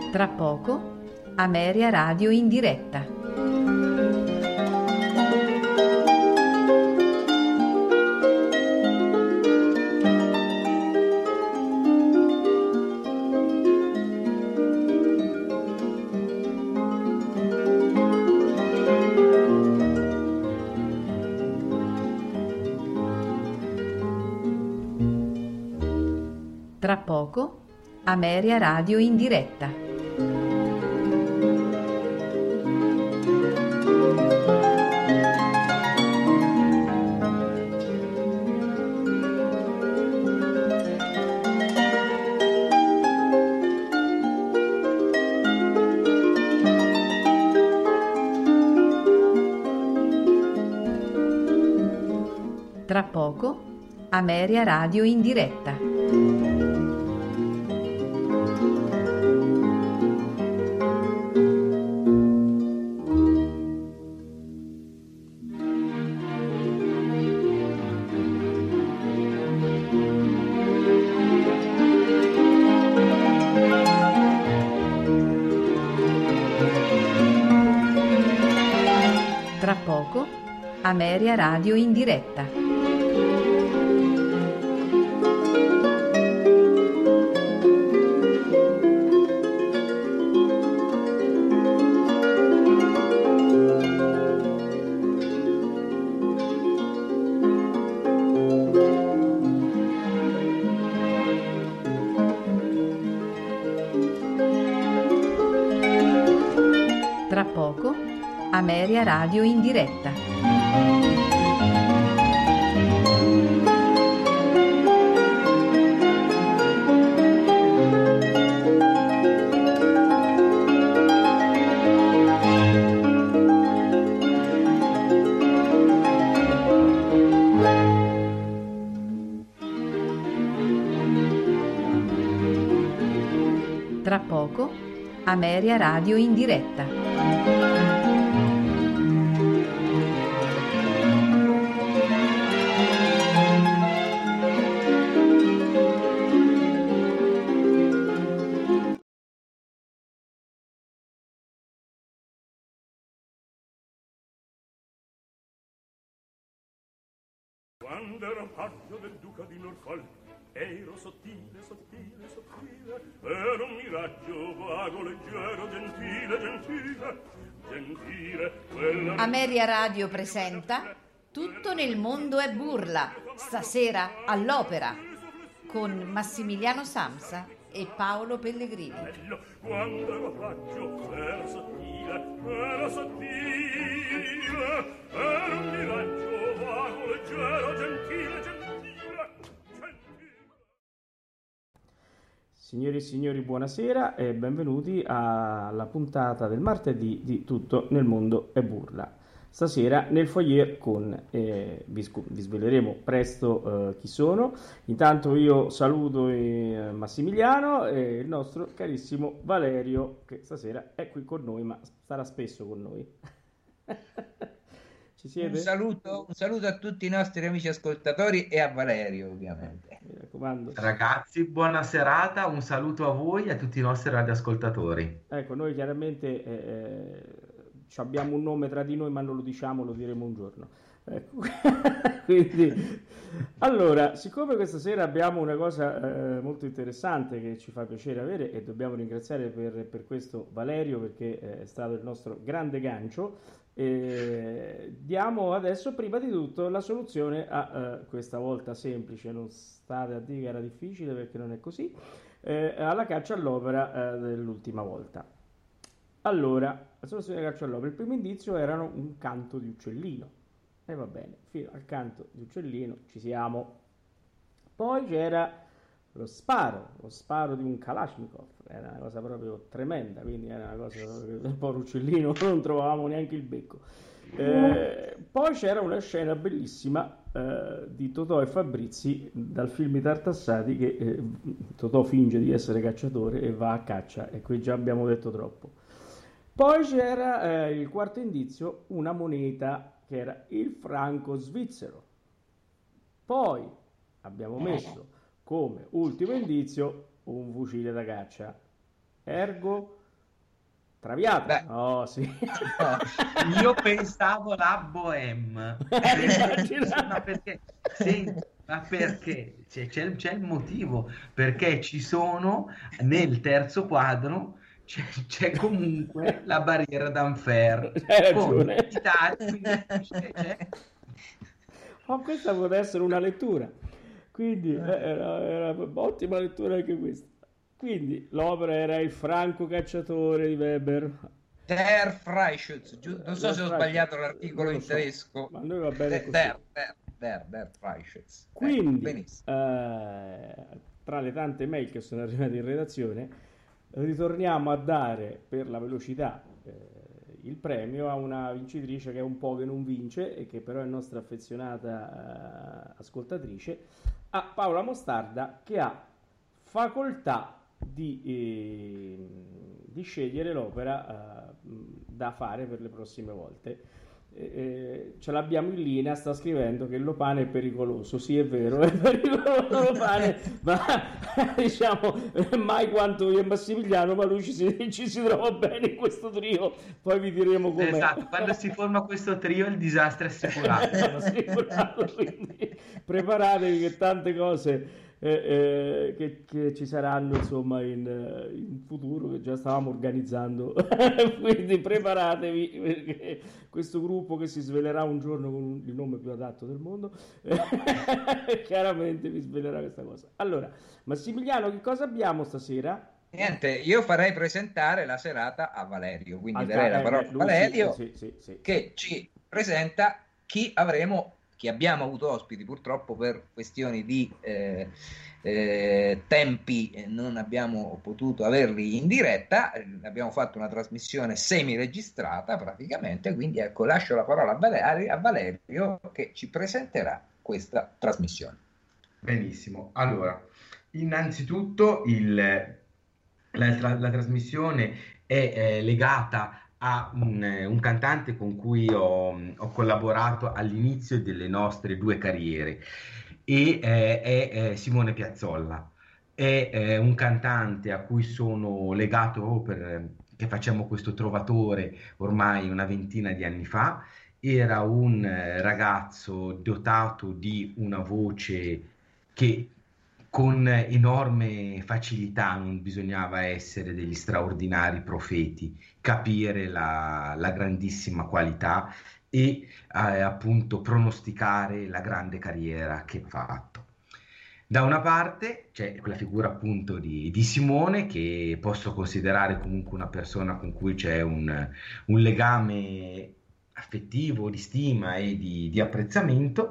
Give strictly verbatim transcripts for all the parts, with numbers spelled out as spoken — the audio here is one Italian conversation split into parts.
Tra poco, Ameria Radio in diretta. Tra poco, Ameria Radio in diretta. Tra poco, Ameria Radio in diretta. Tra poco, Ameria Radio in diretta. Tra poco, Ameria Radio in diretta. Tra poco, Ameria Radio in diretta. Quando ero paggio del duca di Norfolk, ero sottile, sottile, sottile, ero un miraggio vago, leggero, gentile, gentile, gentile. Quella... Ameria Radio presenta Tutto nel mondo è burla, stasera all'opera, con Massimiliano Samsa e Paolo Pellegrini. Quando ero paggio, ero sottile, ero sottile, ero un miraggio vago, leggero, gentile, gentile, gentile. Signori e signori, buonasera e benvenuti alla puntata del martedì di Tutto nel mondo è burla. Stasera nel foyer con, eh, vi, scu- vi sveleremo presto eh, chi sono. Intanto io saluto eh, Massimiliano e il nostro carissimo Valerio, che stasera è qui con noi, ma starà spesso con noi. Ci siete? Un saluto, un saluto a tutti i nostri amici ascoltatori e a Valerio, ovviamente. Mi raccomando. Ragazzi, buona serata, un saluto a voi e a tutti i nostri radioascoltatori. Ecco, noi chiaramente eh, ci abbiamo un nome tra di noi, ma non lo diciamo, lo diremo un giorno. Ecco. Quindi, allora, siccome questa sera abbiamo una cosa eh, molto interessante che ci fa piacere avere e dobbiamo ringraziare per, per questo Valerio, perché è stato il nostro grande gancio, eh, diamo adesso prima di tutto la soluzione a eh, questa volta semplice, non state a dire che era difficile perché non è così, eh, alla caccia all'opera eh, dell'ultima volta. Allora, la soluzione della caccia all'opera, il primo indizio erano un canto di uccellino, e va bene, fino al canto di uccellino ci siamo. Poi c'era lo sparo, lo sparo di un Kalashnikov, era una cosa proprio tremenda, quindi era una cosa proprio, il povero uccellino non trovavamo neanche il becco. Eh, poi c'era una scena bellissima eh, di Totò e Fabrizi dal film I Tartassati, che eh, Totò finge di essere cacciatore e va a caccia, e qui già abbiamo detto troppo. Poi c'era eh, il quarto indizio, una moneta che era il franco svizzero. Poi abbiamo messo come ultimo indizio un fucile da caccia. ergo Traviata. Beh, Oh, sì. no. Io pensavo la Bohème. Ma perché? Sì, ma perché? C'è, c'è, c'è il motivo, perché ci sono nel terzo quadro c'è, c'è comunque la barriera d'Anfer. Hai Con ragione. l'Italia, quindi c'è, c'è. Oh, questa potrebbe essere una lettura. Quindi eh, era, era ottima lettura anche questa. Quindi l'opera era Il Franco Cacciatore di Weber. Der Freischütz, giu- non so Der se ho Freischütz, sbagliato l'articolo non lo in so, tedesco. ma a noi va bene De- così. Der, der, der, der Freischütz. Ecco, Quindi, benissimo. eh, tra le tante mail che sono arrivate in redazione, ritorniamo a dare per la velocità eh, il premio a una vincitrice che è un po' che non vince e che però è nostra affezionata eh, ascoltatrice, a Paola Mostarda, che ha facoltà di, eh, di scegliere l'opera eh, da fare per le prossime volte. Eh, ce l'abbiamo in linea, sta scrivendo che il Lopane è pericoloso. Sì, è vero, è pericoloso Lopane, ma diciamo mai quanto io e Massimiliano, ma lui ci si, ci si trova bene in questo trio. Poi vi diremo com'è. Esatto, quando si forma questo trio il disastro è assicurato. Assicurato, quindi preparatevi che tante cose eh, eh, che, che ci saranno insomma in, in futuro, che già stavamo organizzando. Quindi preparatevi, perché questo gruppo che si svelerà un giorno con il nome più adatto del mondo chiaramente vi svelerà questa cosa. Allora, Massimiliano, che cosa abbiamo stasera? Niente, io farei presentare la serata a Valerio, quindi Al darei la ca- eh, parola beh, a lui sì, Valerio, sì, sì, sì. che ci presenta chi avremo, chi abbiamo avuto ospiti. Purtroppo per questioni di eh, eh, tempi eh, non abbiamo potuto averli in diretta, eh, abbiamo fatto una trasmissione semi-registrata praticamente, quindi ecco, lascio la parola a Valerio, a Valerio che ci presenterà questa trasmissione. Benissimo, allora, innanzitutto il, la, tra- la trasmissione è eh, legata a un, eh, un cantante con cui ho, ho collaborato all'inizio delle nostre due carriere e eh, è, è Simone Piazzolla. È eh, un cantante a cui sono legato per, che facciamo questo trovatore ormai una ventina di anni fa. Era un eh, ragazzo dotato di una voce che con enorme facilità, non bisognava essere degli straordinari profeti, capire la, la grandissima qualità e eh, appunto pronosticare la grande carriera che ha fatto. Da una parte c'è quella figura appunto di, di Simone, che posso considerare comunque una persona con cui c'è un, un legame affettivo, di stima e di, di apprezzamento,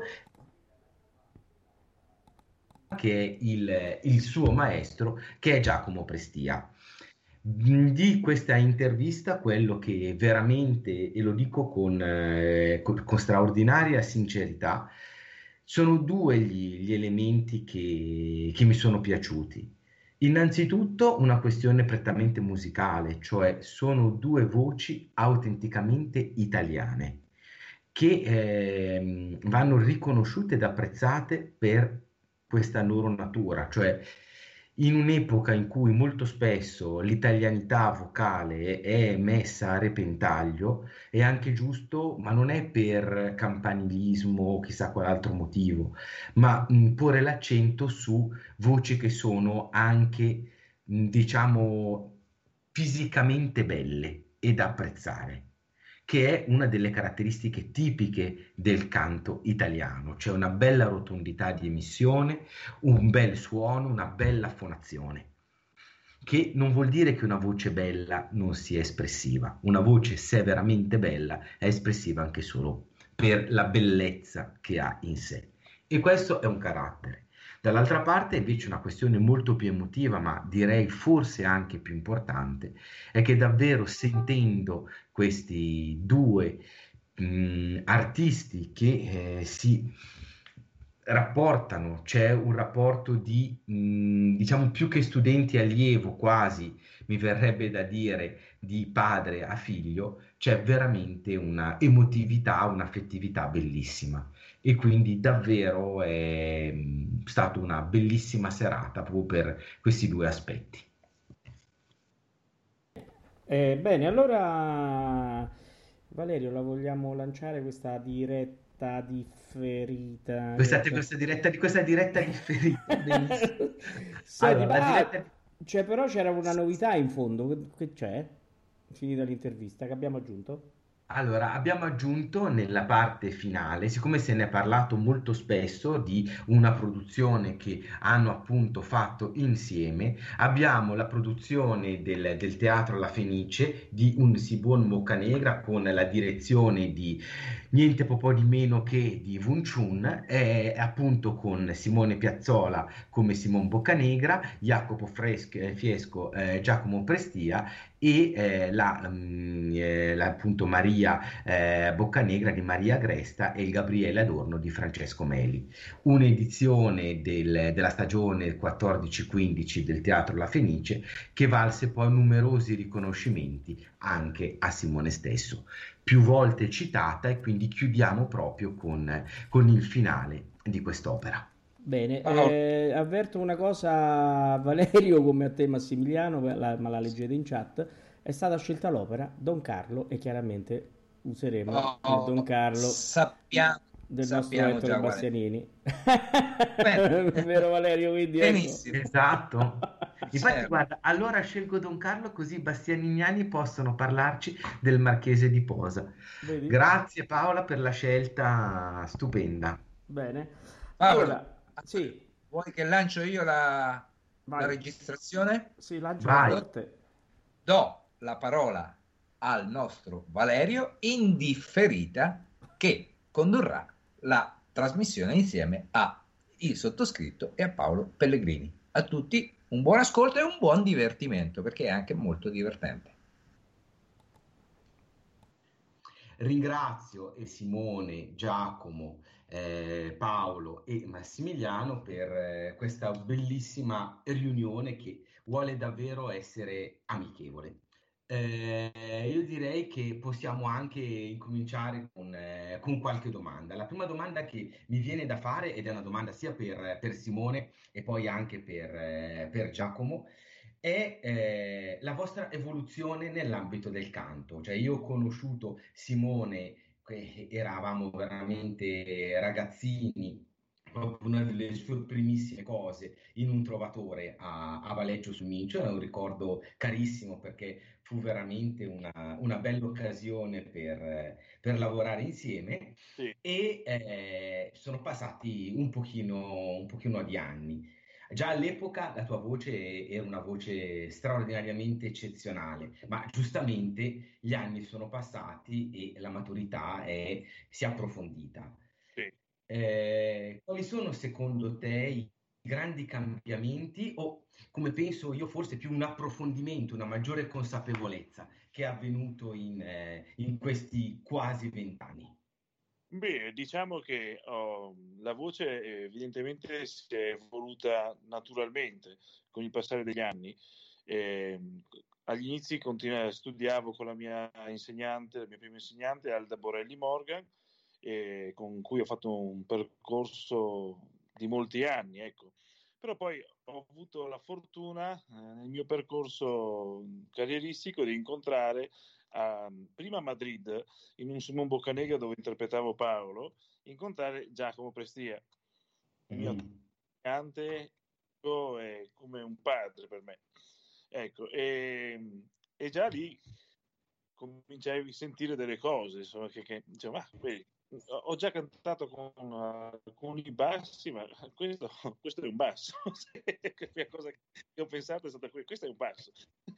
che è il, il suo maestro, che è Giacomo Prestia. Di questa intervista quello che veramente, e lo dico con, eh, con, con straordinaria sincerità, sono due gli, gli elementi che, che mi sono piaciuti. Innanzitutto una questione prettamente musicale, cioè sono due voci autenticamente italiane che eh, vanno riconosciute ed apprezzate per questa loro natura, cioè in un'epoca in cui molto spesso l'italianità vocale è messa a repentaglio, è anche giusto, ma non è per campanilismo o chissà quale altro motivo, ma mh, porre l'accento su voci che sono anche, mh, diciamo, fisicamente belle e da apprezzare, che è una delle caratteristiche tipiche del canto italiano. C'è una bella rotondità di emissione, un bel suono, una bella fonazione, che non vuol dire che una voce bella non sia espressiva. Una voce, se è veramente bella, è espressiva anche solo per la bellezza che ha in sé. E questo è un carattere. Dall'altra parte invece una questione molto più emotiva, ma direi forse anche più importante, è che davvero sentendo questi due mh, artisti che eh, si rapportano, c'è un rapporto di, mh, diciamo, più che studenti allievo, quasi mi verrebbe da dire di padre a figlio, c'è veramente una emotività, un'affettività bellissima. E quindi davvero è stata una bellissima serata proprio per questi due aspetti. Eh, bene, allora Valerio, la vogliamo lanciare questa diretta differita? Questa, Cioè... questa diretta, di questa diretta differita, benissimo. Senti, Allora, la ma diretta ah, cioè, però c'era una novità in fondo. Che che c'è? Finita l'intervista, che abbiamo aggiunto? Allora, abbiamo aggiunto nella parte finale, siccome se ne è parlato molto spesso di una produzione che hanno appunto fatto insieme, abbiamo la produzione del, del Teatro La Fenice di un Simon Boccanegra con la direzione di niente po' di meno che di Wun Chun, e appunto con Simone Piazzola come Simon Boccanegra, Jacopo Fresco, eh, Fiesco, eh, Giacomo Prestia e eh, la, mm, eh, la, appunto Maria eh, Boccanegra di Maria Agresta e il Gabriele Adorno di Francesco Meli. Un'edizione del, della stagione quattordici quindici del Teatro La Fenice che valse poi numerosi riconoscimenti anche a Simone stesso, più volte citata, e quindi chiudiamo proprio con, con il finale di quest'opera. Bene, Paolo, eh, avverto una cosa a Valerio come a te Massimiliano, ma la, ma la leggete in chat. È stata scelta l'opera Don Carlo e chiaramente useremo il Don oh, Carlo sappiamo, del nostro sappiamo Ettore già qual è. Bastianini. Bene, Vero Valerio? Quindi ecco. benissimo, Esatto. Infatti, certo. guarda, allora scelgo Don Carlo così i bastianiniani possono parlarci del Marchese di Posa. Vedi? Grazie Paola per la scelta stupenda. Bene. Paolo, Allora, sì, vuoi che lancio io la, la vai. registrazione? Sì, lanciala Vai. Do, forte. do la parola al nostro Valerio indifferita che condurrà la trasmissione insieme a il sottoscritto e a Paolo Pellegrini. A tutti un buon ascolto e un buon divertimento, perché è anche molto divertente. Ringrazio e Simone, Giacomo, eh, Paolo e Massimiliano per eh, questa bellissima riunione che vuole davvero essere amichevole. Eh, io direi che possiamo anche incominciare con, eh, con qualche domanda. La prima domanda che mi viene da fare, ed è una domanda sia per, per Simone e poi anche per, eh, per Giacomo, è eh, la vostra evoluzione nell'ambito del canto. Cioè, io ho conosciuto Simone, che eravamo veramente ragazzini, proprio una delle sue primissime cose in un trovatore a, a Valeggio sul Mincio, è un ricordo carissimo perché fu veramente una, una bella occasione per, per lavorare insieme Sì. e eh, sono passati un pochino, un pochino di anni. Già all'epoca la tua voce era una voce straordinariamente eccezionale, ma giustamente gli anni sono passati e la maturità è, si è approfondita. Sì. Eh, quali sono secondo te i grandi cambiamenti o, come penso io, forse più un approfondimento, una maggiore consapevolezza che è avvenuto in, eh, in questi quasi vent'anni? Beh, diciamo che oh, la voce eh, evidentemente si è evoluta naturalmente con il passare degli anni. Eh, agli inizi continu- studiavo con la mia insegnante, la mia prima insegnante, Alda Borelli Morgan, eh, con cui ho fatto un percorso di molti anni, ecco. Però poi ho avuto la fortuna eh, nel mio percorso carrieristico di incontrare a, prima a Madrid, in un Simon Boccanegra dove interpretavo Paolo, incontrare Giacomo Prestia, il mio Mm. cantante, è come un padre per me. Ecco, e, e già lì cominciai a sentire delle cose, insomma, che, che dicevo, ah, vedi, ho già cantato con uh, alcuni bassi, ma questo, questo è un basso. La prima cosa che ho pensato è stata questa, questo è un basso.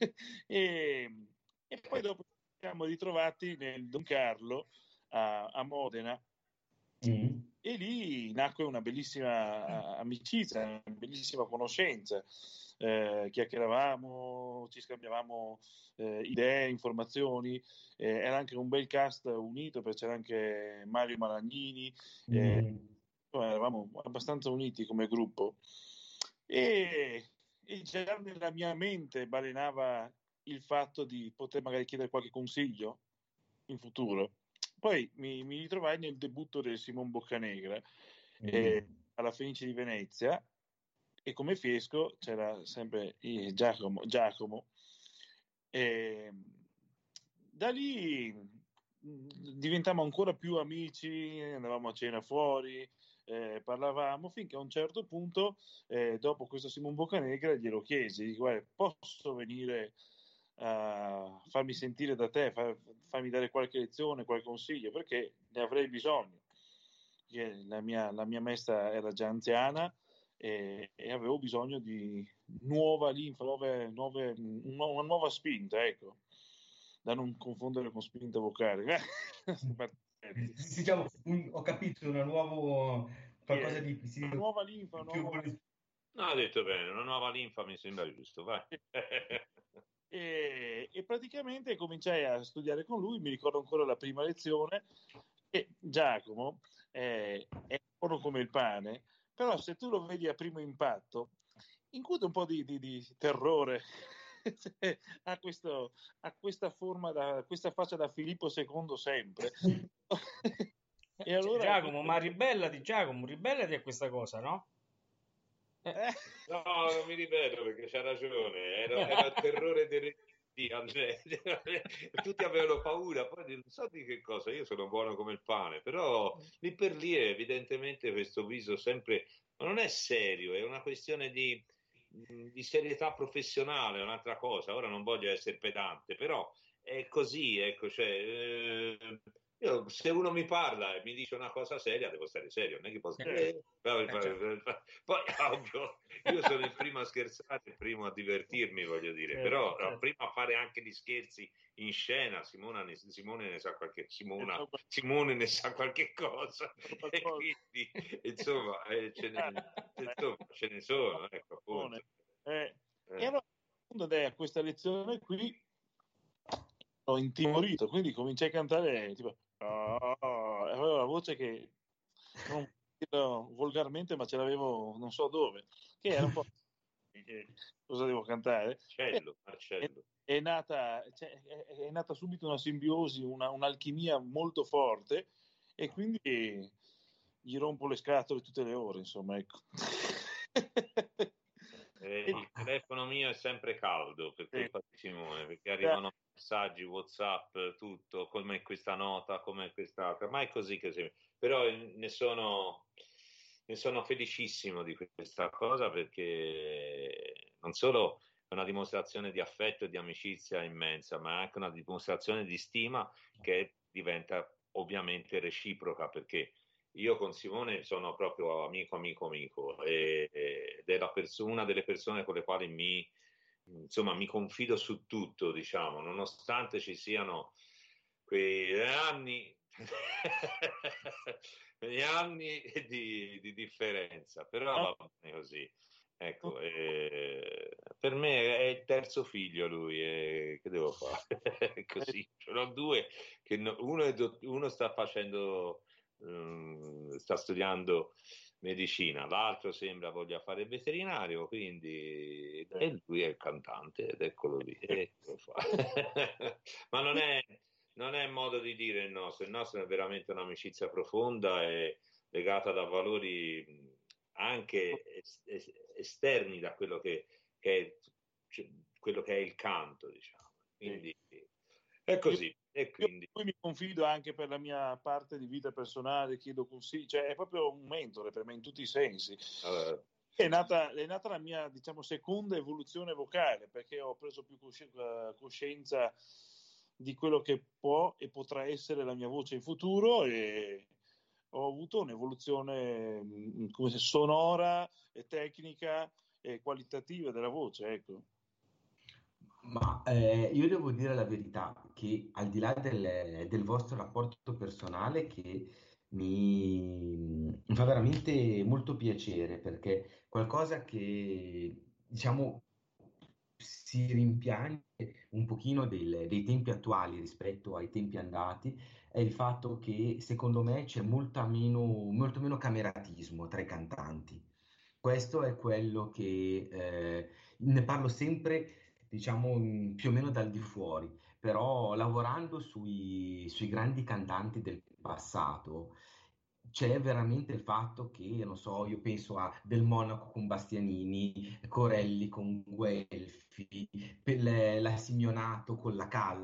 e, e poi dopo ci siamo ritrovati nel Don Carlo a, a Modena. Mm. E lì nacque una bellissima amicizia, una bellissima conoscenza. Eh, chiacchieravamo, ci scambiavamo eh, idee, informazioni. Eh, era anche un bel cast unito perché c'era anche Mario Malagnini. Eh, Mm. eravamo abbastanza uniti come gruppo. E, e già nella mia mente balenava il fatto di poter magari chiedere qualche consiglio in futuro. Poi mi, mi ritrovai nel debutto del Simon Boccanegra eh, Mm. alla Fenice di Venezia e come Fiesco c'era sempre eh, Giacomo, Giacomo e, da lì diventammo ancora più amici, andavamo a cena fuori, eh, parlavamo, finché a un certo punto, eh, dopo questo Simon Boccanegra, glielo chiesi, dico, guarda, posso venire a farmi sentire da te, far, farmi dare qualche lezione, qualche consiglio, perché ne avrei bisogno. La mia, la mia maestra era già anziana e, e avevo bisogno di nuova linfa, nuove, nuove, una nuova spinta, ecco, da non confondere con spinta vocale. Diciamo, un, ho capito, una nuova qualcosa di sì, una nuova linfa, più... nuova... No, ha detto bene, una nuova linfa mi sembra giusto, vai. e, e praticamente cominciai a studiare con lui, mi ricordo ancora la prima lezione. E Giacomo eh, è buono come il pane, però se tu lo vedi a primo impatto incute un po' di, di, di terrore. ha, questo, ha questa forma da, questa faccia da Filippo secondo sempre. E allora Giacomo, ma ribellati Giacomo, ribellati a questa cosa, no? Eh. No, non mi ripeto perché c'ha ragione, era, era il terrore del di Andrea. Tutti avevano paura, poi non so di che cosa, io sono buono come il pane, però lì per lì è evidentemente questo viso sempre, ma non è serio, è una questione di, di serietà professionale, è un'altra cosa. Ora non voglio essere pedante, però è così, ecco, cioè, eh, io, se uno mi parla e mi dice una cosa seria, devo stare serio, non è che posso dire, poi, poi, poi ovvio, io sono il primo a scherzare, il primo a divertirmi, voglio dire, certo, però certo. Prima a fare anche gli scherzi in scena. Simona ne, Simone ne sa qualche Simona, Simone ne sa qualche cosa e quindi insomma, eh, ce, ne, insomma ce ne sono, ecco, appunto. Eh, eh. E allora a questa lezione qui ho intimorito, quindi cominciai a cantare tipo oh, avevo la voce che non dirò volgarmente, ma ce l'avevo non so dove, che era un po' cosa devo cantare. Marcello, Marcello. È, è nata cioè, è, è nata subito una simbiosi, una, un'alchimia molto forte, e quindi gli rompo le scatole tutte le ore, insomma, ecco. Eh, il telefono mio è sempre caldo per colpa di Simone, perché arrivano messaggi, WhatsApp, tutto, come questa nota, come quest'altra, ma è così che si... Però ne sono, ne sono felicissimo di questa cosa, perché non solo è una dimostrazione di affetto e di amicizia immensa, ma è anche una dimostrazione di stima che diventa ovviamente reciproca, perché io con Simone sono proprio amico, amico, amico, e, ed è la pers- una delle persone con le quali mi, insomma, mi confido su tutto, diciamo, nonostante ci siano quei anni, quegli anni di, di differenza, però va bene così. Ecco, eh, per me è il terzo figlio lui, e che devo fare? Così, ce n'ho due, che no, uno, è dott- uno sta facendo... sta studiando medicina, l'altro sembra voglia fare il veterinario, quindi e lui è il cantante, ed eccolo lì, eccolo fa. Ma non è, non è modo di dire il nostro, il nostro è veramente un'amicizia profonda e legata da valori anche es- es- esterni da quello che, che è, cioè, quello che è il canto, diciamo, quindi è così. E quindi... Io poi mi confido anche per la mia parte di vita personale, chiedo consigli, cioè è proprio un mentore per me in tutti i sensi. Allora. È nata, è nata la mia, diciamo, seconda evoluzione vocale, perché ho preso più coscienza di quello che può e potrà essere la mia voce in futuro, e ho avuto un'evoluzione come se sonora e tecnica e qualitativa della voce, ecco. Ma eh, io devo dire la verità, che al di là del, del vostro rapporto personale, che mi, mi fa veramente molto piacere, perché qualcosa che, diciamo, si rimpiange un pochino del- dei tempi attuali rispetto ai tempi andati, è il fatto che secondo me c'è molta meno, molto meno cameratismo tra i cantanti. Questo è quello che eh, ne parlo sempre, diciamo, mh, più o meno dal di fuori, però lavorando sui, sui grandi cantanti del passato c'è veramente il fatto che, non so, io penso a Del Monaco con Bastianini, Corelli con Guelfi, Pel- la Simeonato con la Callas,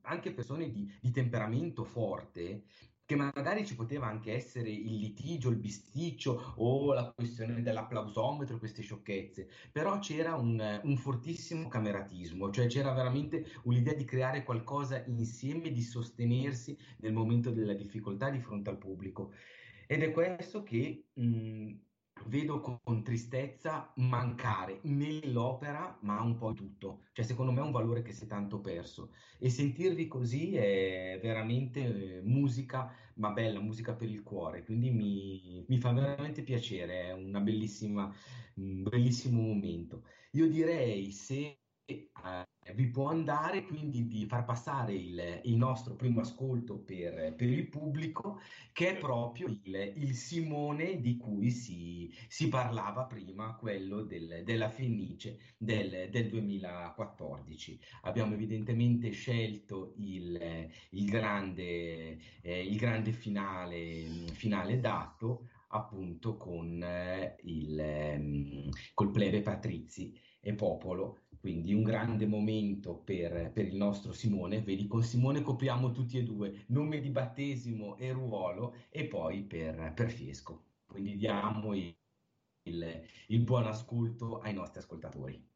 anche persone di, di temperamento forte, che magari ci poteva anche essere il litigio, il bisticcio o la questione dell'applausometro, queste sciocchezze, però c'era un, un fortissimo cameratismo, cioè c'era veramente un'idea di creare qualcosa insieme, di sostenersi nel momento della difficoltà di fronte al pubblico. Ed è questo che mh, vedo con, con tristezza mancare nell'opera, ma un po' in tutto. Cioè, secondo me è un valore che si è tanto perso. E sentirvi così è veramente eh, musica, ma bella, musica per il cuore. Quindi mi, mi fa veramente piacere, è una bellissima, un bellissimo momento. Io direi se eh, vi può andare quindi di far passare il, il nostro primo ascolto per, per il pubblico, che è proprio il, il Simone di cui si, si parlava prima, quello del- della Fenice del, del duemilaquattordici. Abbiamo evidentemente scelto il, il grande, eh, il grande finale, finale dato appunto con eh, il, ehm, col plebe patrizi e popolo, quindi un grande momento per, per il nostro Simone. Vedi, con Simone copriamo tutti e due, nome di battesimo e ruolo, e poi per, per Fiesco. Quindi diamo il, il, il buon ascolto ai nostri ascoltatori.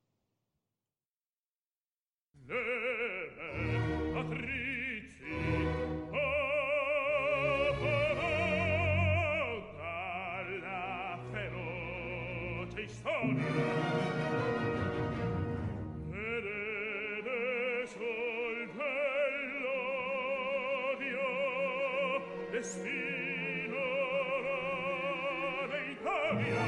Le Patrizi, oh, oh, dalla feroce storia, erede sol dell'odio, destino d'Italia.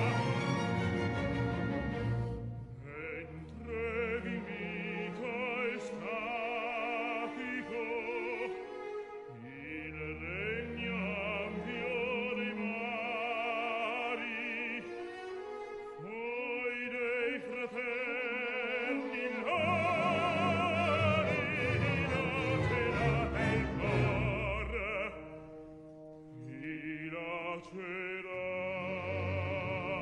C'era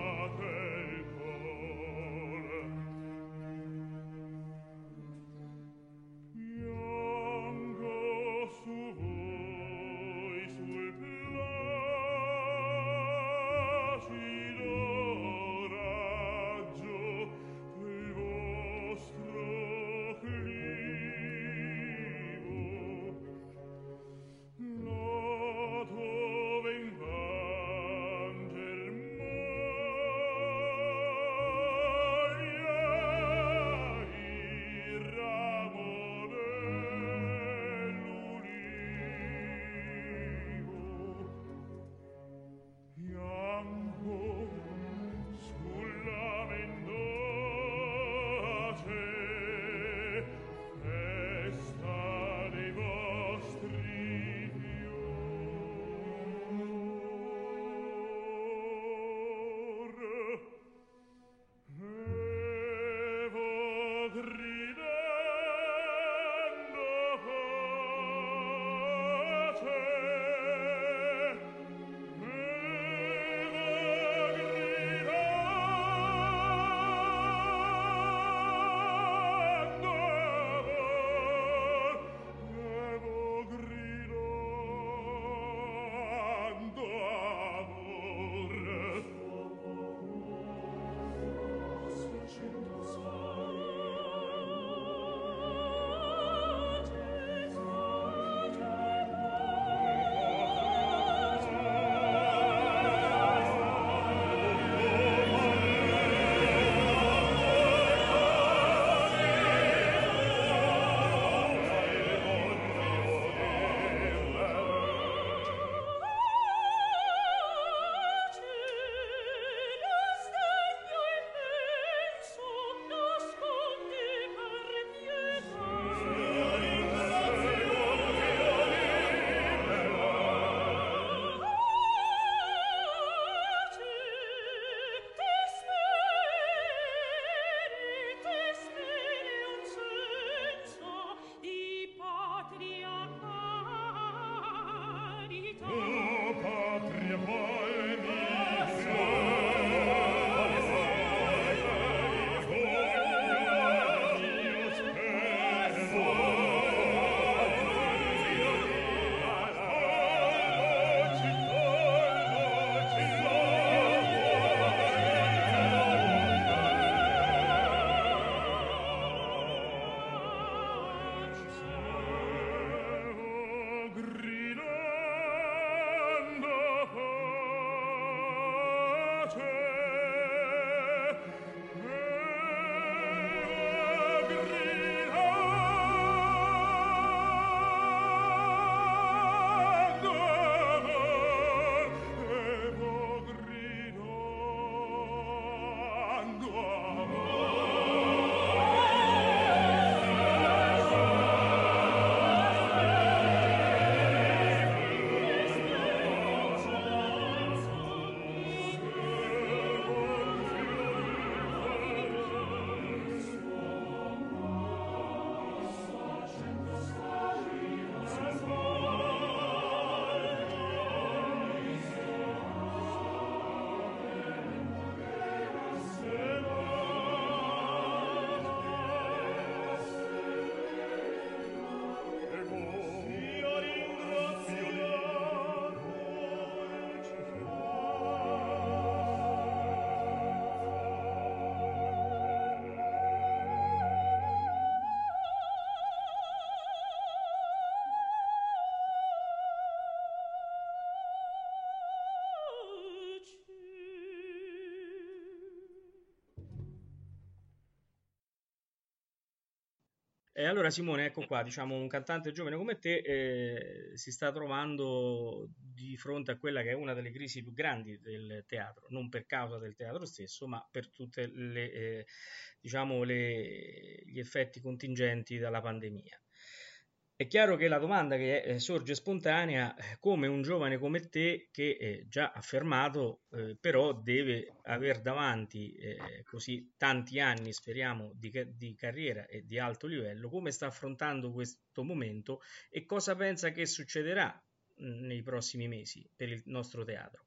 E allora Simone, ecco qua, diciamo un cantante giovane come te eh, si sta trovando di fronte a quella che è una delle crisi più grandi del teatro, non per causa del teatro stesso, ma per tutte le, eh, diciamo, le- gli effetti contingenti dalla pandemia. È chiaro che la domanda che eh, sorge spontanea, eh, come un giovane come te che eh, già affermato, eh, però deve aver davanti eh, così tanti anni, speriamo, di, ca- di carriera e di alto livello, come sta affrontando questo momento e cosa pensa che succederà mh, nei prossimi mesi per il nostro teatro?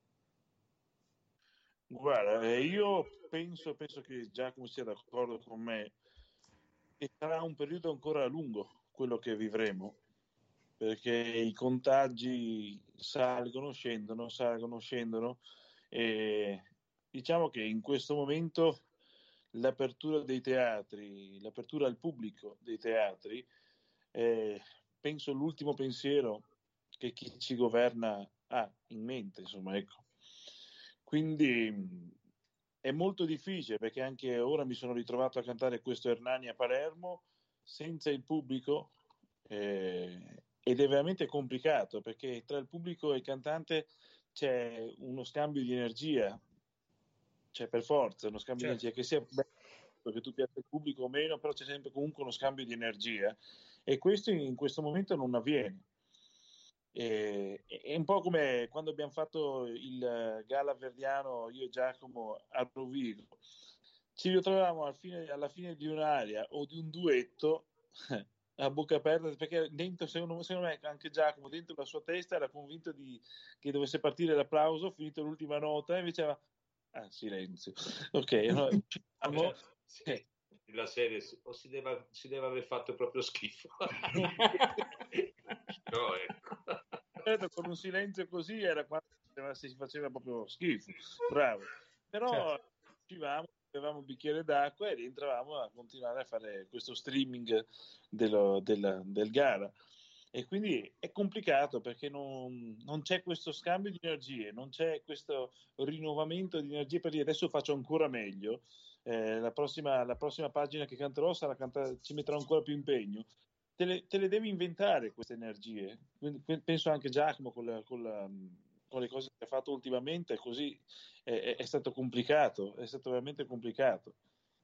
Guarda, eh, io penso, penso che Giacomo sia d'accordo con me, che sarà un periodo ancora lungo quello che vivremo, perché i contagi salgono, scendono, salgono, scendono e diciamo che in questo momento l'apertura dei teatri, l'apertura al pubblico dei teatri, è, penso l'ultimo pensiero che chi ci governa ha in mente, insomma, ecco. Quindi mh, è molto difficile perché anche ora mi sono ritrovato a cantare questo Hernani a Palermo senza il pubblico eh, ed è veramente complicato perché tra il pubblico e il cantante c'è uno scambio di energia, c'è per forza uno scambio Certo. di energia che sia bello, che tu piaccia al pubblico o meno, però c'è sempre comunque uno scambio di energia e questo in, in questo momento non avviene. E- È un po' come quando abbiamo fatto il Gala Verdiano, io e Giacomo a Rovigo. Ci ritrovavamo al fine- alla fine di un'aria o di un duetto a bocca aperta, perché dentro, secondo, secondo me, anche Giacomo, dentro la sua testa era convinto di, che dovesse partire l'applauso, finito l'ultima nota, e invece era, ah, silenzio. Ok, allora, diciamo, Sì, eh, la serie si- o si deve, si deve aver fatto proprio schifo. No, ecco. certo, con un silenzio così era quando si faceva proprio schifo, bravo. Però Certo. uscivamo, bevevamo un bicchiere d'acqua e rientravamo a continuare a fare questo streaming dello- della- del gara. E quindi è complicato perché non, non c'è questo scambio di energie, non c'è questo rinnovamento di energie per dire adesso faccio ancora meglio. Eh, la prossima, la prossima pagina che canterò sarà canta- ci metterò ancora più impegno. Te le, te le devi inventare queste energie. Quindi, penso anche Giacomo con, la, con, la, con le cose che ha fatto ultimamente, così è, è, è stato complicato, è stato veramente complicato.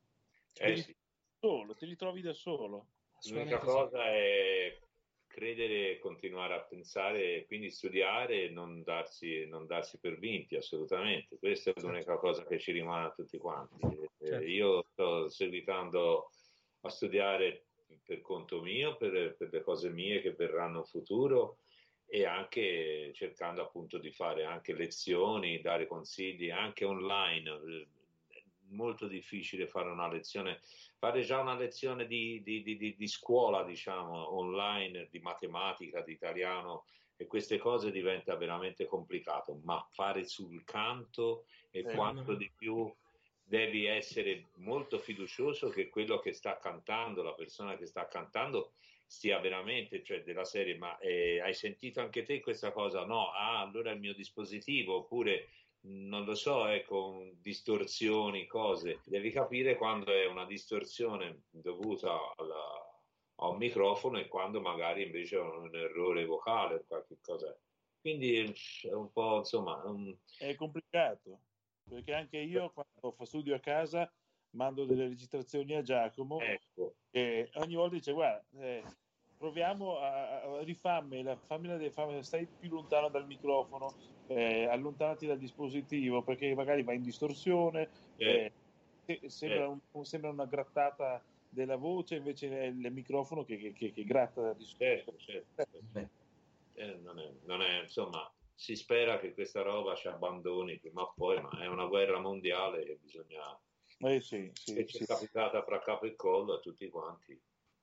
Eh Devi sì. solo, ti ritrovi da solo. L'unica Assolutamente sì. cosa è credere e continuare a pensare, quindi studiare e non darsi, non darsi per vinti, assolutamente. Questa è Certo. l'unica cosa che ci rimane a tutti quanti. Eh, Certo. io sto seguitando a studiare per conto mio, per, per le cose mie che verranno in futuro e anche cercando appunto di fare anche lezioni, dare consigli anche online. È molto difficile fare una lezione, fare già una lezione di, di, di, di scuola, diciamo, online, di matematica, di italiano e queste cose diventa veramente complicato, ma fare sul canto e Eh, quanto di più devi essere molto fiducioso che quello che sta cantando, la persona che sta cantando, stia veramente, cioè della serie, ma eh, hai sentito anche te questa cosa? No, ah, allora il mio dispositivo, oppure non lo so, eh, con distorsioni, cose. Devi capire quando è una distorsione dovuta alla, a un microfono e quando magari invece è un errore vocale o qualche cosa. Quindi è un po', insomma, un... è complicato, perché anche io quando fa studio a casa mando delle registrazioni a Giacomo ecco. e ogni volta dice guarda, eh, proviamo a, a rifammela, fammela, fammela, stai più lontano dal microfono, eh, allontanati dal dispositivo perché magari va in distorsione, eh, Eh, sembra, un, sembra una grattata della voce, invece è il microfono che, che, che, che gratta la distorsione. certo, certo. Eh, non è, non è, insomma, si spera che questa roba ci abbandoni prima o poi, ma è una guerra mondiale e bisogna Eh, sì, sì, che ci sì. è capitata fra capo e collo a tutti quanti.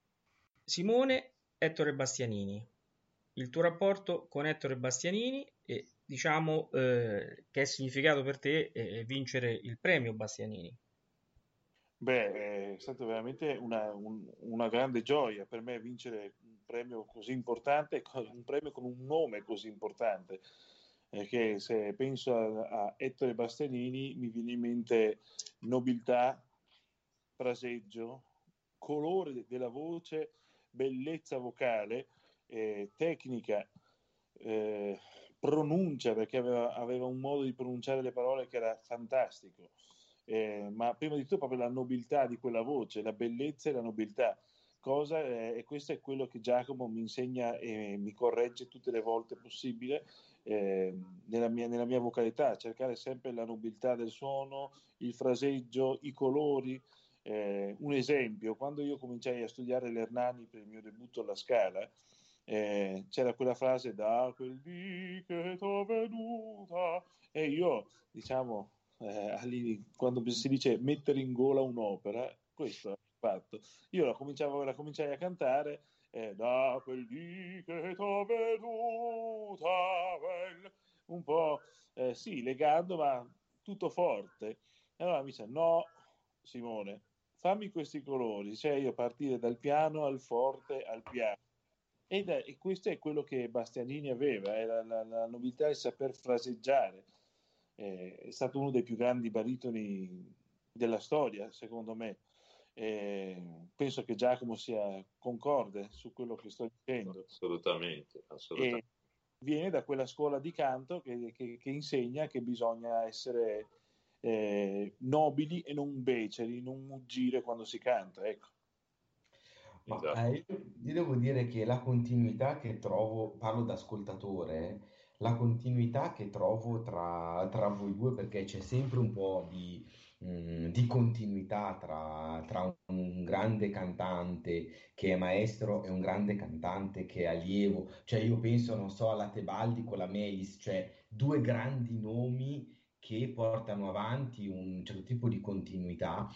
Simone Ettore Bastianini, il tuo rapporto con Ettore Bastianini e diciamo eh, che è significato per te eh, vincere il premio Bastianini. Beh, è stata veramente una, un- una grande gioia per me vincere un premio così importante, un premio con un nome così importante. Eh, che se penso a, a Ettore Bastianini mi viene in mente nobiltà, fraseggio, colore della voce bellezza vocale, eh, tecnica, eh, pronuncia, perché aveva, aveva un modo di pronunciare le parole che era fantastico, eh, ma prima di tutto proprio la nobiltà di quella voce, la bellezza e la nobiltà. Cosa, eh, e questo è quello che Giacomo mi insegna e mi corregge tutte le volte possibile, eh, nella, mia, nella mia vocalità, cercare sempre la nobiltà del suono, il fraseggio, i colori. Eh, un esempio, quando io cominciai a studiare l'Hernani per il mio debutto alla Scala, eh, c'era quella frase da quel dì che t'ho veduta, e io, diciamo, eh, quando si dice mettere in gola un'opera, questo è fatto. Io la, cominciavo, la cominciai a cantare, eh, da quel dì che t'ho veduta, bella, un po' eh, sì, legando, ma tutto forte. E allora mi dice, no, Simone, fammi questi colori, cioè io partire dal piano al forte al piano. Ed è, e questo è quello che Bastianini aveva, era la, la nobiltà, il saper fraseggiare. Eh, è stato uno dei più grandi baritoni della storia, secondo me. Eh, penso che Giacomo sia concorde su quello che sto dicendo. Assolutamente, assolutamente. E viene da quella scuola di canto che, che, che insegna che bisogna essere eh, nobili e non beceri, non muggire quando si canta, ecco. Ma Esatto. eh, io, io devo dire che la continuità che trovo, parlo da ascoltatore, la continuità che trovo tra, tra voi due, perché c'è sempre un po' di, mh, di continuità tra, tra un grande cantante che è maestro e un grande cantante che è allievo. Cioè io penso, non so, alla Tebaldi con la Melis, cioè due grandi nomi che portano avanti un certo tipo di continuità.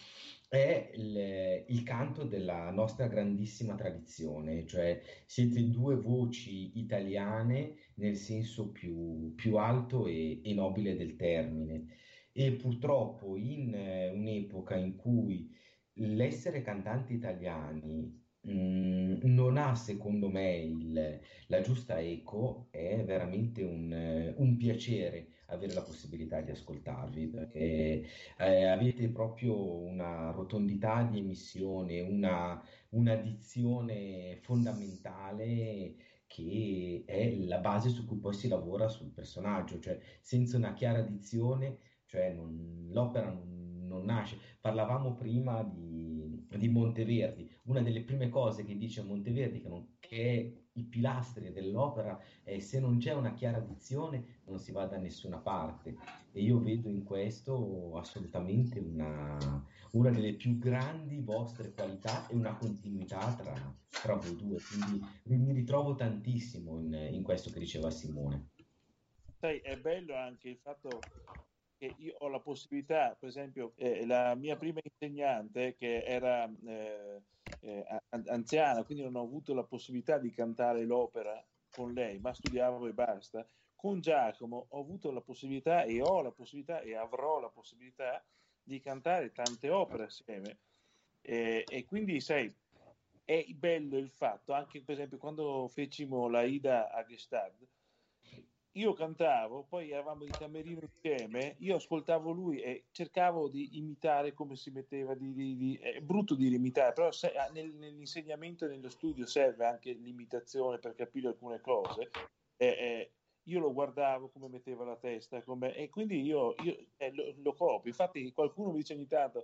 È il, il canto della nostra grandissima tradizione, cioè siete due voci italiane nel senso più, più alto e, e nobile del termine. E purtroppo in eh, un'epoca in cui l'essere cantanti italiani mh, non ha, secondo me, il- la giusta eco, è veramente un, eh, un piacere avere la possibilità di ascoltarvi, perché eh, avete proprio una rotondità di emissione, una, una dizione fondamentale che è la base su cui poi si lavora sul personaggio, cioè senza una chiara dizione, cioè non- l'opera non, non nasce. Parlavamo prima di, di Monteverdi, una delle prime cose che dice Monteverdi, che, non, che è i pilastri dell'opera, è se non c'è una chiara dizione non si va da nessuna parte. E io vedo in questo assolutamente una, una delle più grandi vostre qualità e una continuità tra, tra voi due, quindi mi, mi ritrovo tantissimo in, in questo che diceva Simone. Sai, è bello anche il fatto che io ho la possibilità, per esempio, eh, la mia prima insegnante che era eh, eh, an- anziana, quindi non ho avuto la possibilità di cantare l'opera con lei, ma studiavo e basta. Con Giacomo ho avuto la possibilità e ho la possibilità e avrò la possibilità di cantare tante opere assieme. E, e quindi, sai, è bello il fatto, anche per esempio quando fecimo la Ida a Gestad, io cantavo, poi eravamo in camerino insieme, io ascoltavo lui e cercavo di imitare come si metteva, di, di, di, è brutto dire imitare, però se, nel, nell'insegnamento e nello studio serve anche l'imitazione per capire alcune cose. E, e io lo guardavo come metteva la testa, come, e quindi io, io eh, lo, lo copio. Infatti qualcuno mi dice ogni tanto,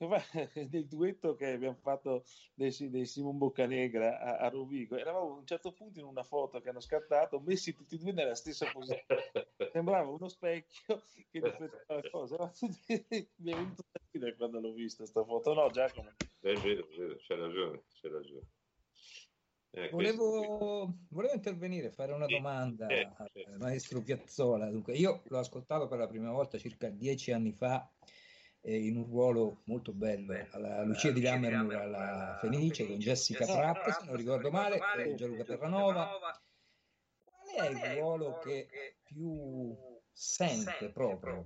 nel duetto che abbiamo fatto dei, dei Simon Boccanegra a, a Rovigo, eravamo a un certo punto in una foto che hanno scattato, messi tutti e due nella stessa posizione. Sembrava uno specchio che rifletteva la cosa. Mi è venuto da ridere quando l'ho vista sta foto, no Giacomo? È vero, è vero, c'è ragione, c'è ragione. Eh, Volevo, volevo intervenire, fare una Sì, domanda certo, al certo. maestro Piazzola. Dunque, io l'ho ascoltato per la prima volta circa dieci anni fa eh, in un ruolo molto bello alla Lucia di Lammermoor alla Fenice con Jessica Pratt, se non ricordo male, e Gianluca Terranova. Qual è il ruolo che più sente proprio?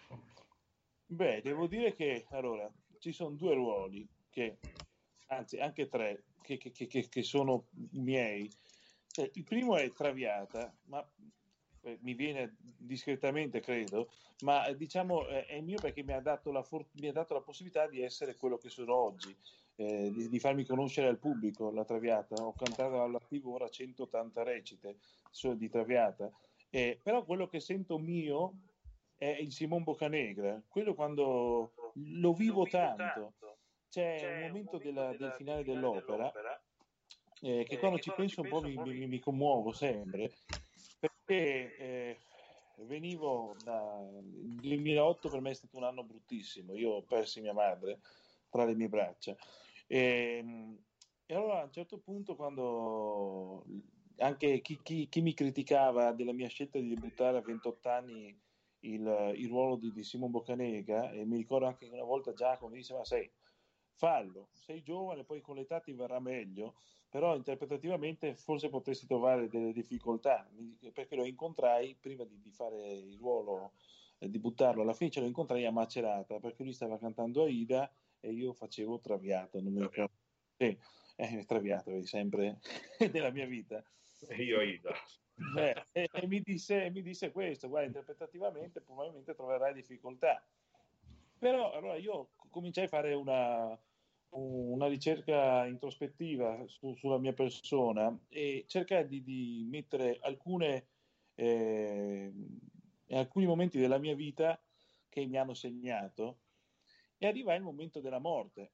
Beh, devo dire che allora ci sono due ruoli, che, anzi anche tre, che, che, che, che sono miei. Cioè, il primo è Traviata, ma eh, mi viene discretamente, credo, ma diciamo eh, è mio perché mi ha dato la, for- mi ha dato la possibilità di essere quello che sono oggi. eh, di, di farmi conoscere al pubblico la Traviata. Ho cantato all'attivo ora centottanta recite solo di Traviata, eh, però quello che sento mio è il Simon Boccanegra, quello quando lo vivo tanto. C'è un momento della, del finale dell'opera eh, che quando ci penso un po' mi, mi, mi commuovo sempre, perché eh, venivo da... il duemilaotto per me è stato un anno bruttissimo, io ho perso mia madre tra le mie braccia e, e allora a un certo punto, quando anche chi, chi, chi mi criticava della mia scelta di debuttare a ventotto anni il, il ruolo di, di Simon Boccanegra, e mi ricordo anche una volta Giacomo mi diceva: sai, fallo, sei giovane, poi con l'età ti verrà meglio, però interpretativamente forse potresti trovare delle difficoltà, perché lo incontrai prima di, di fare il ruolo, eh, di buttarlo alla fine, ce lo incontrai a Macerata, perché lui stava cantando Aida e io facevo Traviato, non mi ricordo. Sì, eh, Traviato è sempre nella mia vita. Io Aida. Beh, e, e mi, disse, mi disse questo: guarda, interpretativamente probabilmente troverai difficoltà. Però allora io cominciai a fare una, una ricerca introspettiva su, sulla mia persona e cercai di, di mettere alcune, eh, alcuni momenti della mia vita che mi hanno segnato, e arrivai al momento della morte.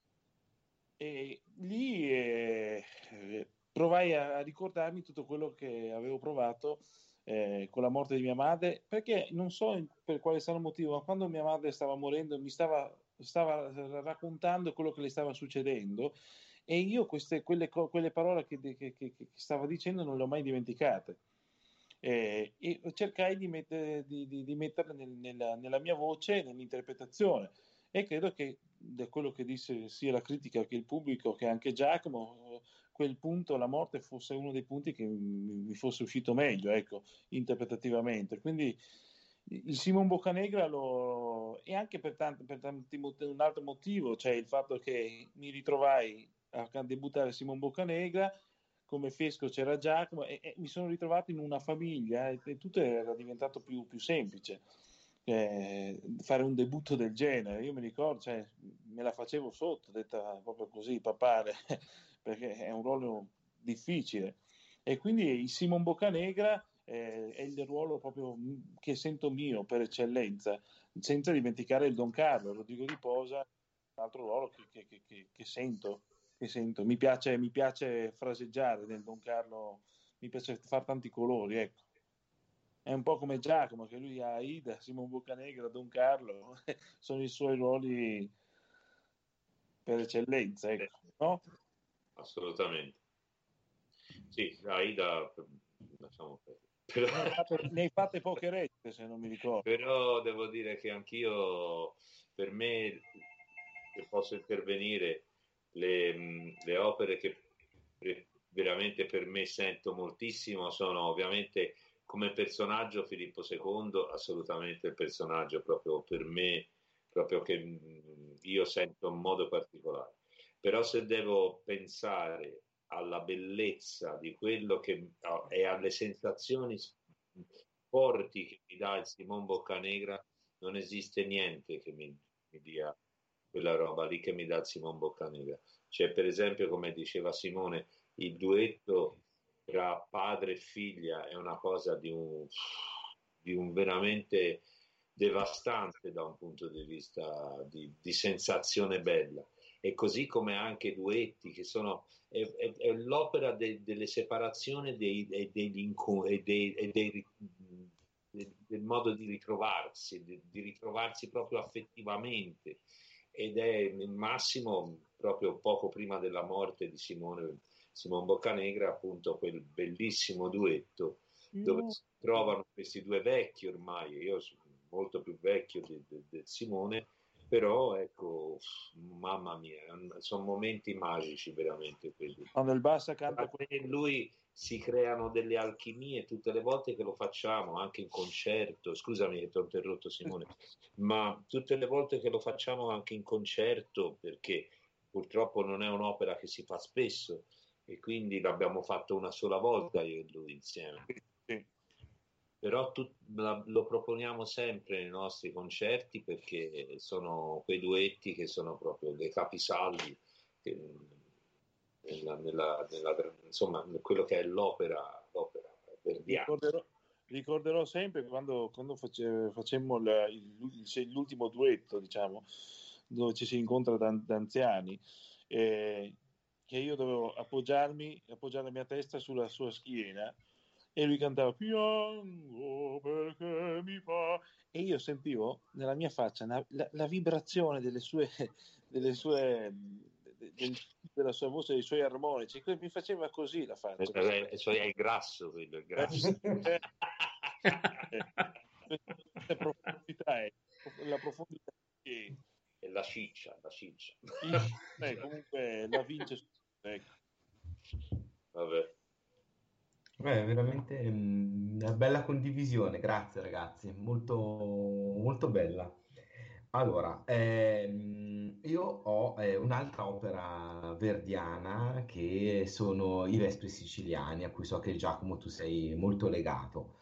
E lì eh, provai a, a ricordarmi tutto quello che avevo provato eh, con la morte di mia madre, perché non so per quale strano motivo, ma quando mia madre stava morendo mi stava, stava raccontando quello che le stava succedendo, e io queste, quelle, quelle parole che, che, che, che stava dicendo non le ho mai dimenticate. Eh, e cercai di, mettere, di, di, di metterle nel, nella, nella mia voce, nell'interpretazione, e credo che da quello che disse sia la critica che il pubblico che anche Giacomo, quel punto, la morte, fosse uno dei punti che mi fosse uscito meglio, ecco, interpretativamente. Quindi il Simon Boccanegra lo... e anche per, tanti, per tanti, un altro motivo, cioè il fatto che mi ritrovai a debuttare Simon Boccanegra, come Fesco c'era Giacomo, e, e mi sono ritrovato in una famiglia, e, e tutto era diventato più, più semplice. Eh, fare un debutto del genere, io mi ricordo, cioè, me la facevo sotto, detta proprio così, papare, perché è un ruolo difficile, e quindi il Simon Boccanegra eh, è il ruolo proprio che sento mio per eccellenza, senza dimenticare il Don Carlo, Rodrigo di Posa, un altro ruolo che, che, che, che, che sento, che sento. Mi piace, mi piace fraseggiare nel Don Carlo, mi piace fare tanti colori, ecco. È un po' come Giacomo, che lui ha Aida, Simon Boccanegra, Don Carlo, sono i suoi ruoli per eccellenza, ecco, no? Assolutamente. Sì, Aida, diciamo, però... ne, hai fatte, ne hai fatte poche rette, se non mi ricordo. Però devo dire che anch'io, per me, se posso intervenire, le, le opere che veramente per me sento moltissimo sono ovviamente, come personaggio, Filippo secondo, assolutamente il personaggio proprio per me, proprio che io sento in modo particolare. Però se devo pensare alla bellezza di quello che è, alle sensazioni forti che mi dà il Simon Boccanegra, non esiste niente che mi, mi dia quella roba lì che mi dà il Simon Boccanegra. Cioè, per esempio, come diceva Simone, il duetto tra padre e figlia è una cosa di un, di un veramente devastante da un punto di vista di, di sensazione bella. E così come anche i duetti, che sono è, è, è l'opera de, delle separazioni dei, e degli inco- e dei, e dei, del modo di ritrovarsi, di, di ritrovarsi proprio affettivamente, ed è il massimo proprio poco prima della morte di Simone Simon Boccanegra, appunto quel bellissimo duetto dove no. si trovano questi due vecchi ormai, io sono molto più vecchio di, di, di Simone, però ecco, mamma mia, sono momenti magici veramente quelli. Quando il Bassa canta e lui si creano delle alchimie tutte le volte che lo facciamo, anche in concerto, scusami che ti ho interrotto Simone, ma tutte le volte che lo facciamo anche in concerto, perché purtroppo non è un'opera che si fa spesso, e quindi l'abbiamo fatto una sola volta io e lui insieme. Sì. Però tu, la, lo proponiamo sempre nei nostri concerti, perché sono quei duetti che sono proprio dei capisaldi nella, nella, nella, insomma, quello che è l'opera, l'opera verdiana. Ricorderò, ricorderò sempre quando, quando face, facemmo la, il, l'ultimo duetto, diciamo, dove ci si incontra da, da anziani, eh, che io dovevo appoggiarmi, appoggiare la mia testa sulla sua schiena e lui cantava piango perché mi fa, e io sentivo nella mia faccia una, la, la vibrazione delle sue, delle sue del, della sua voce, dei suoi armonici, mi faceva così la faccia. Eh, eh, cioè è il grasso quello, il grasso. Eh, la profondità è la profondità che è la ciccia, la ciccia. Eh, comunque la vince, ecco. Vabbè. Beh, veramente mm, una bella condivisione, grazie ragazzi, molto, molto bella. Allora, ehm, io ho eh, un'altra opera verdiana che sono i Vespri siciliani, a cui so che Giacomo tu sei molto legato.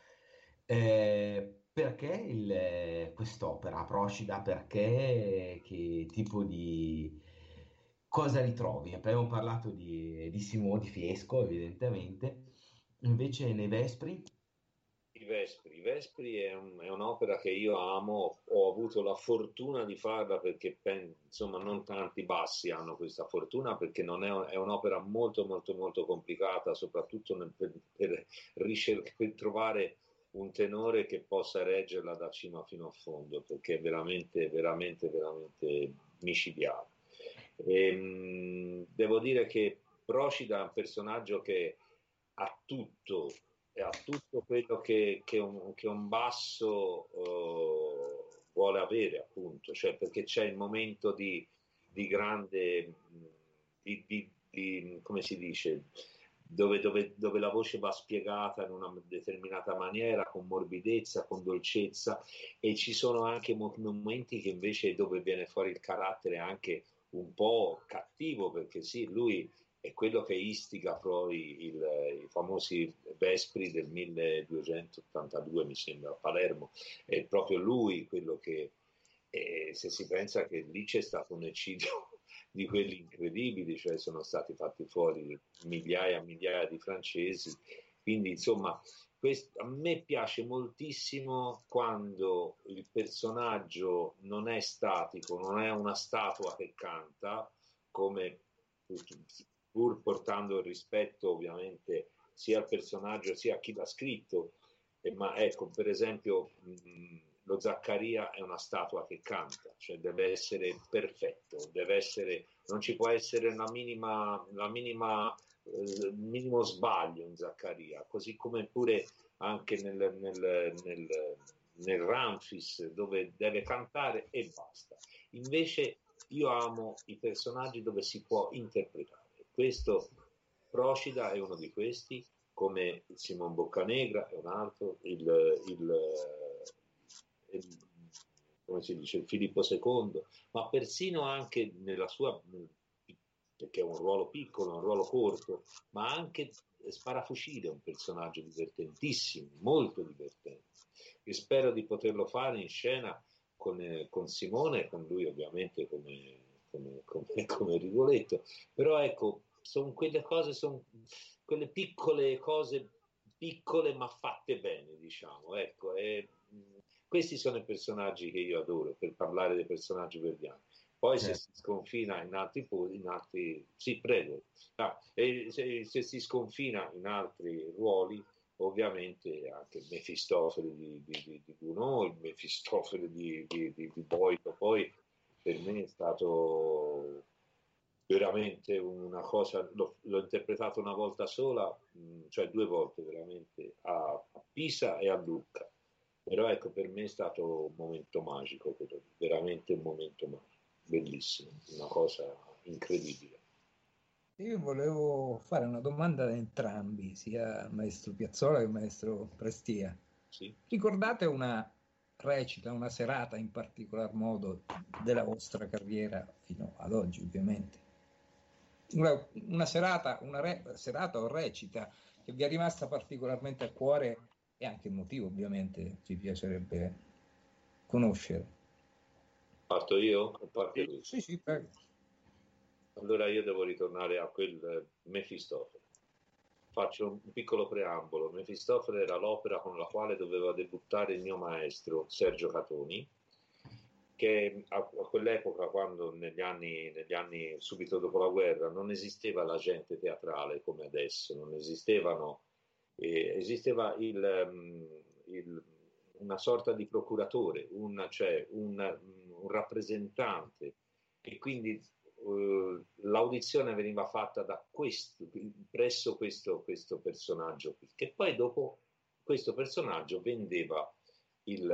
Eh, perché il- quest'opera, Procida? Perché che tipo di cosa ritrovi? Abbiamo parlato di, di Simone di Fiesco, evidentemente, invece nei Vespri. I Vespri, I Vespri è, un, è un'opera che io amo, ho avuto la fortuna di farla perché pen, insomma non tanti bassi hanno questa fortuna, perché non è, è un'opera molto molto molto complicata, soprattutto nel, per, per, ricerc- per trovare un tenore che possa reggerla da cima fino a fondo, perché è veramente veramente veramente micidiale. E, mh, devo dire che Procida è un personaggio che ha tutto, ha tutto quello che, che, un, che un basso uh, vuole avere, appunto, cioè perché c'è il momento di, di grande, di, di, di, come si dice, dove, dove, dove la voce va spiegata in una determinata maniera, con morbidezza, con dolcezza, e ci sono anche momenti che invece dove viene fuori il carattere anche un po' cattivo, perché sì, lui è quello che istiga poi il, i famosi Vespri del milleduecentottantadue, mi sembra, a Palermo. È proprio lui quello che, eh, se si pensa che lì c'è stato un eccidio di quelli incredibili, cioè sono stati fatti fuori migliaia e migliaia di francesi, quindi insomma questo, a me piace moltissimo quando il personaggio non è statico, non è una statua che canta, come pur portando il rispetto ovviamente sia al personaggio sia a chi l'ha scritto, eh, ma ecco, per esempio mh, lo Zaccaria è una statua che canta, cioè deve essere perfetto, deve essere, non ci può essere una minima, la minima eh, minimo sbaglio in Zaccaria, così come pure anche nel, nel, nel, nel Ramfis, dove deve cantare e basta. Invece io amo i personaggi dove si può interpretare. Questo Procida è uno di questi, come Simon Boccanegra è un altro, il, il, il, come si dice, il Filippo secondo, ma persino anche nella sua, perché è un ruolo piccolo, un ruolo corto, ma anche Sparafucile è un personaggio divertentissimo, molto divertente, e spero di poterlo fare in scena con, con Simone, con lui ovviamente come, come, come, come Rigoletto, però ecco, sono quelle cose, sono quelle piccole cose, piccole ma fatte bene, diciamo, ecco, e, mh, questi sono i personaggi che io adoro, per parlare dei personaggi verdiani. Poi se si sconfina in altri, in altri sì, prego, ah, e se, se si sconfina in altri ruoli, ovviamente anche Mefistofele di, di, di, di Gounod, il Mefistofele di, di, di, di Boito, poi per me è stato veramente una cosa, l'ho, l'ho interpretato una volta sola, mh, cioè due volte veramente, a, a Pisa e a Lucca, però ecco, per me è stato un momento magico, veramente un momento magico, bellissimo, una cosa incredibile. Io volevo fare una domanda ad entrambi, sia al maestro Piazzolla che al maestro Prestia. Sì? Ricordate una recita, una serata in particolar modo della vostra carriera fino ad oggi, ovviamente? Una, una serata, una re, serata o recita che vi è rimasta particolarmente a cuore e anche il motivo, ovviamente, ci piacerebbe conoscere. Parto io o parte lui? Sì, sì, prego. allora io devo ritornare a quel Mefistofele. Faccio un piccolo preambolo. Mefistofele era l'opera con la quale doveva debuttare il mio maestro Sergio Catoni, che a, a quell'epoca, quando negli anni, negli anni subito dopo la guerra, non esisteva l'agente teatrale come adesso, non esistevano, eh, esisteva il, um, il, una sorta di procuratore, un, cioè un, un rappresentante, e quindi uh, l'audizione veniva fatta da questo, presso questo, questo personaggio qui, che poi dopo questo personaggio vendeva il,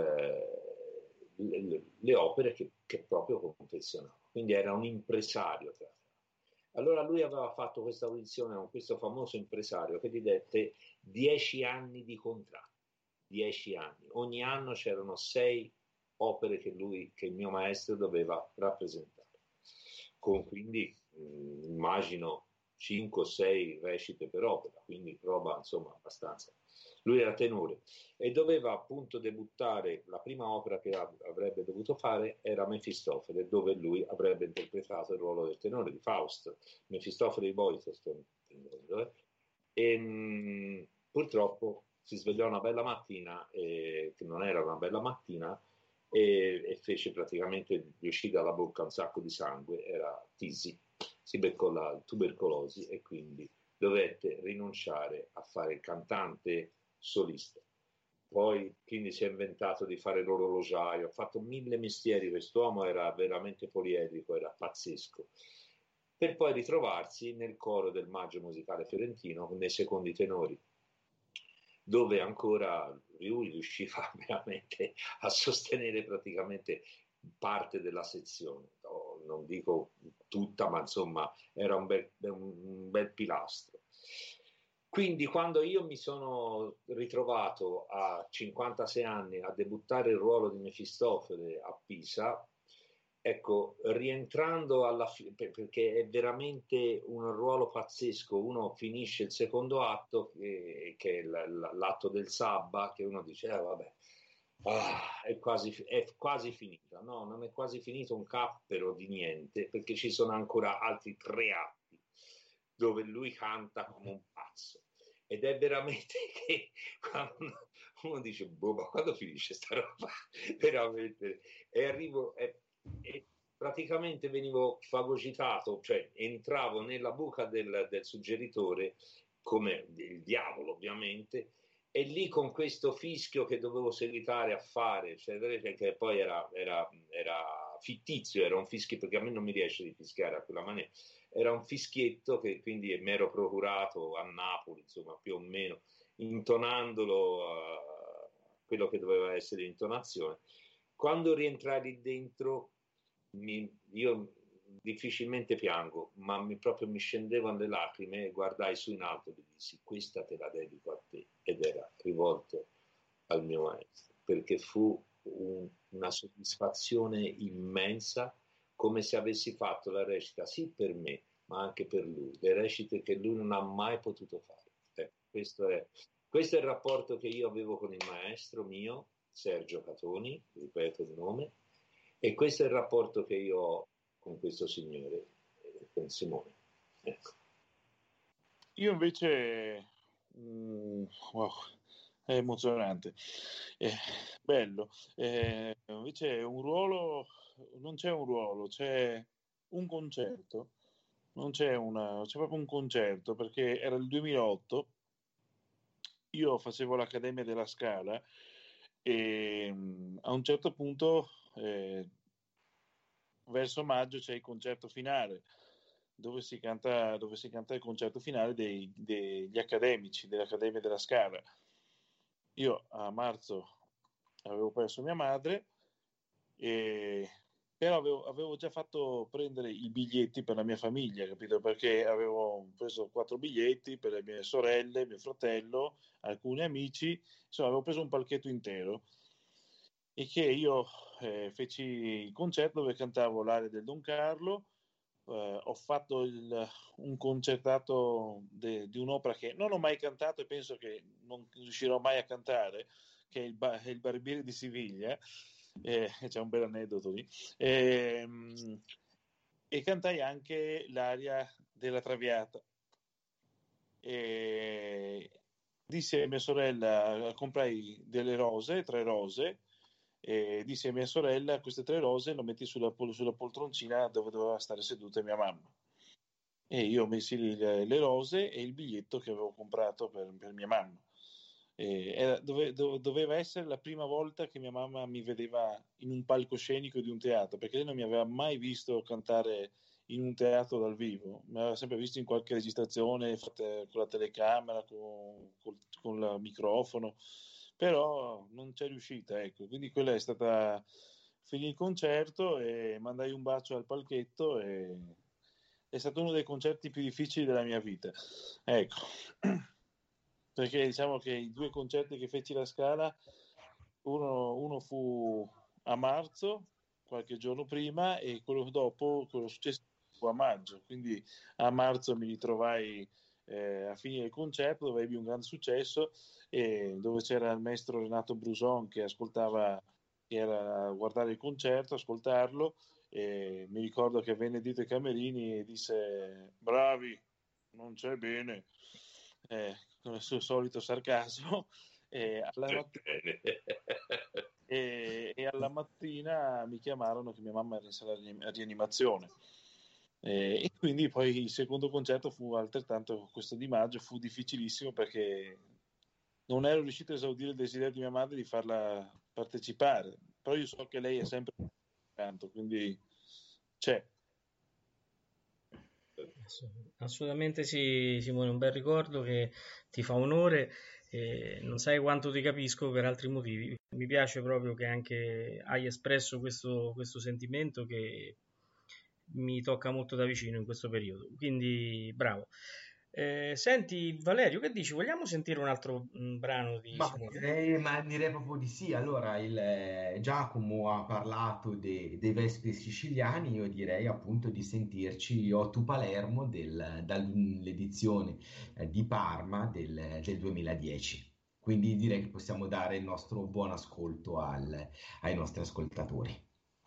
le, le opere che, che proprio confezionava, quindi era un impresario teatrale. Allora lui aveva fatto questa audizione con questo famoso impresario che gli dette dieci anni di contratto, dieci anni, ogni anno c'erano sei opere che lui, che il mio maestro doveva rappresentare, con quindi mh, immagino cinque o sei recite per opera, quindi roba insomma abbastanza. Lui era tenore e doveva appunto debuttare, la prima opera che avrebbe dovuto fare era Mefistofele, dove lui avrebbe interpretato il ruolo del tenore di Faust, Mefistofele di Boito, sto intendendo, eh? E mh, purtroppo si svegliò una bella mattina, eh, che non era una bella mattina, e, e fece praticamente, gli uscì dalla bocca un sacco di sangue, era tisi, si beccò la tubercolosi e quindi dovette rinunciare a fare il cantante solista. Poi quindi si è inventato di fare l'orologiaio, ha fatto mille mestieri, quest'uomo era veramente poliedrico, era pazzesco, per poi ritrovarsi nel coro del Maggio Musicale Fiorentino nei secondi tenori, dove ancora lui riusciva veramente a sostenere praticamente parte della sezione, no, non dico tutta, ma insomma era un bel, un bel pilastro. Quindi quando io mi sono ritrovato a cinquantasei anni a debuttare il ruolo di Mefistofele a Pisa, ecco, rientrando alla fine, perché è veramente un ruolo pazzesco, uno finisce il secondo atto, che, che è l'atto del Sabba, che uno dice, eh, vabbè, ah, è, quasi, è quasi finita. No, non è quasi finito un cappero di niente, perché ci sono ancora altri tre atti dove lui canta come un pazzo. Ed è veramente che quando uno dice, boh, ma quando finisce sta roba? Veramente. E arrivo... È, e praticamente venivo fagocitato, cioè entravo nella buca del, del suggeritore come il diavolo ovviamente, e lì con questo fischio che dovevo seguitare a fare, eccetera, che poi era, era, era fittizio, era un fischio, perché a me non mi riesce di fischiare a quella maniera, era un fischietto che quindi mi ero procurato a Napoli, insomma, più o meno, intonandolo a quello che doveva essere l'intonazione. Quando rientrai lì dentro, mi, io difficilmente piango, ma mi, proprio mi scendevano le lacrime e guardai su in alto e gli dissi, questa te la dedico a te, ed era rivolto al mio maestro, perché fu un, una soddisfazione immensa, come se avessi fatto la recita sì per me, ma anche per lui, le recite che lui non ha mai potuto fare. Eh, questo, è, questo è il rapporto che io avevo con il maestro mio, Sergio Catoni, ripeto il nome, e questo è il rapporto che io ho con questo signore, con Simone. Ecco. Io invece, mm, wow, è emozionante, è bello. Eh, invece un ruolo, non c'è un ruolo, c'è un concerto, non c'è una, c'è proprio un concerto, perché era il duemilaotto, io facevo l'Accademia della Scala e mh, a un certo punto, eh, verso maggio, c'è il concerto finale, dove si canta, dove si canta il concerto finale dei, degli accademici dell'Accademia della Scala. Io a marzo avevo perso mia madre, e però avevo, avevo già fatto prendere i biglietti per la mia famiglia, capito? Perché avevo preso quattro biglietti per le mie sorelle, mio fratello, alcuni amici, insomma avevo preso un palchetto intero, e che io eh, feci il concerto dove cantavo l'aria del Don Carlo. Uh, ho fatto il, un concertato de, di un'opera che non ho mai cantato e penso che non riuscirò mai a cantare, che è il, ba- è il Barbiere di Siviglia. Eh, c'è un bel aneddoto lì. Eh, e cantai anche l'aria della Traviata. E dissi a mia sorella, comprai delle rose, tre rose, e dissi a mia sorella: queste tre rose le metti sulla, pol- sulla poltroncina dove doveva stare seduta mia mamma. E io ho messi lì le, le rose e il biglietto che avevo comprato per, per mia mamma. E era- dove- dove- doveva essere la prima volta che mia mamma mi vedeva in un palcoscenico di un teatro, perché lei non mi aveva mai visto cantare in un teatro dal vivo, mi aveva sempre visto in qualche registrazione fatta con la telecamera, con, col, con il microfono, però non c'è riuscita, ecco. Quindi quella è stata... Finì il concerto e mandai un bacio al palchetto e è stato uno dei concerti più difficili della mia vita, ecco. Perché diciamo che i due concerti che feci alla Scala, uno, uno fu a marzo, qualche giorno prima, e quello dopo, quello successivo, fu a maggio. Quindi a marzo mi ritrovai eh, a finire il concerto, dove ebbi un grande successo, e dove c'era il maestro Renato Bruson che ascoltava, che era a guardare il concerto, ascoltarlo, e mi ricordo che venne dietro ai camerini e disse: bravi, non c'è bene, eh, con il suo solito sarcasmo. E alla, mattina, e, e alla mattina mi chiamarono che mia mamma era in sala di rianimazione. E, e quindi poi il secondo concerto fu altrettanto, questo di maggio, fu difficilissimo perché non ero riuscito a esaudire il desiderio di mia madre di farla partecipare, però io so che lei è sempre accanto, quindi c'è. Assolutamente sì, Simone, un bel ricordo che ti fa onore, e non sai quanto ti capisco per altri motivi. Mi piace proprio che anche hai espresso questo, questo sentimento che mi tocca molto da vicino in questo periodo, quindi bravo. Eh, senti Valerio, che dici? Vogliamo sentire un altro mh, brano di Ma Simone? direi, ma direi proprio di sì. Allora, il, eh, Giacomo ha parlato de- dei Vespi siciliani, io direi appunto di sentirci O tu Palermo del- dall'edizione eh, di Parma del, del duemiladieci. Quindi direi che possiamo dare il nostro buon ascolto al- ai nostri ascoltatori.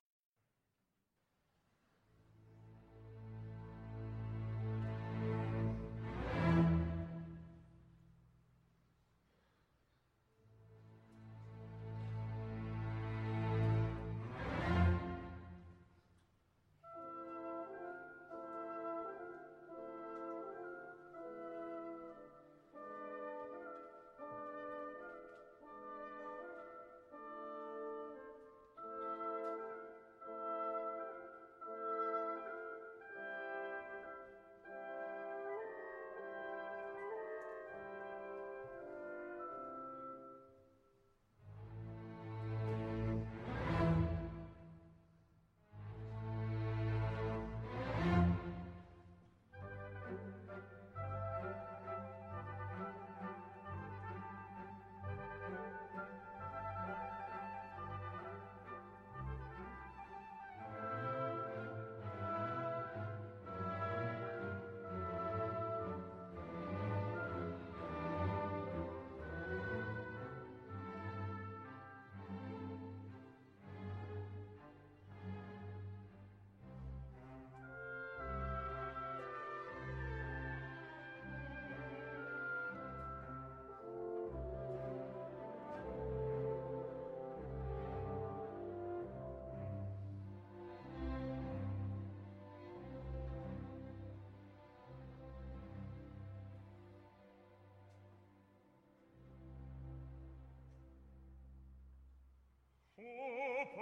O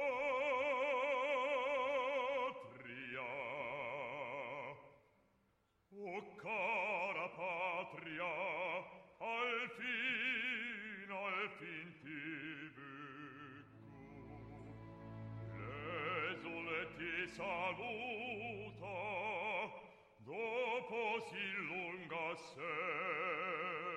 patria, o cara patria, al fin, al fin ti becco. L'esule ti saluta dopo sì lunga assenza.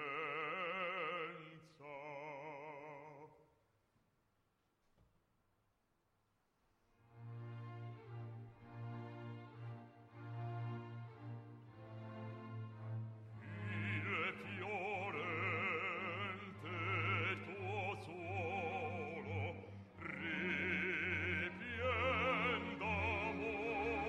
Il fiorente tuo suolo ripien d'amor.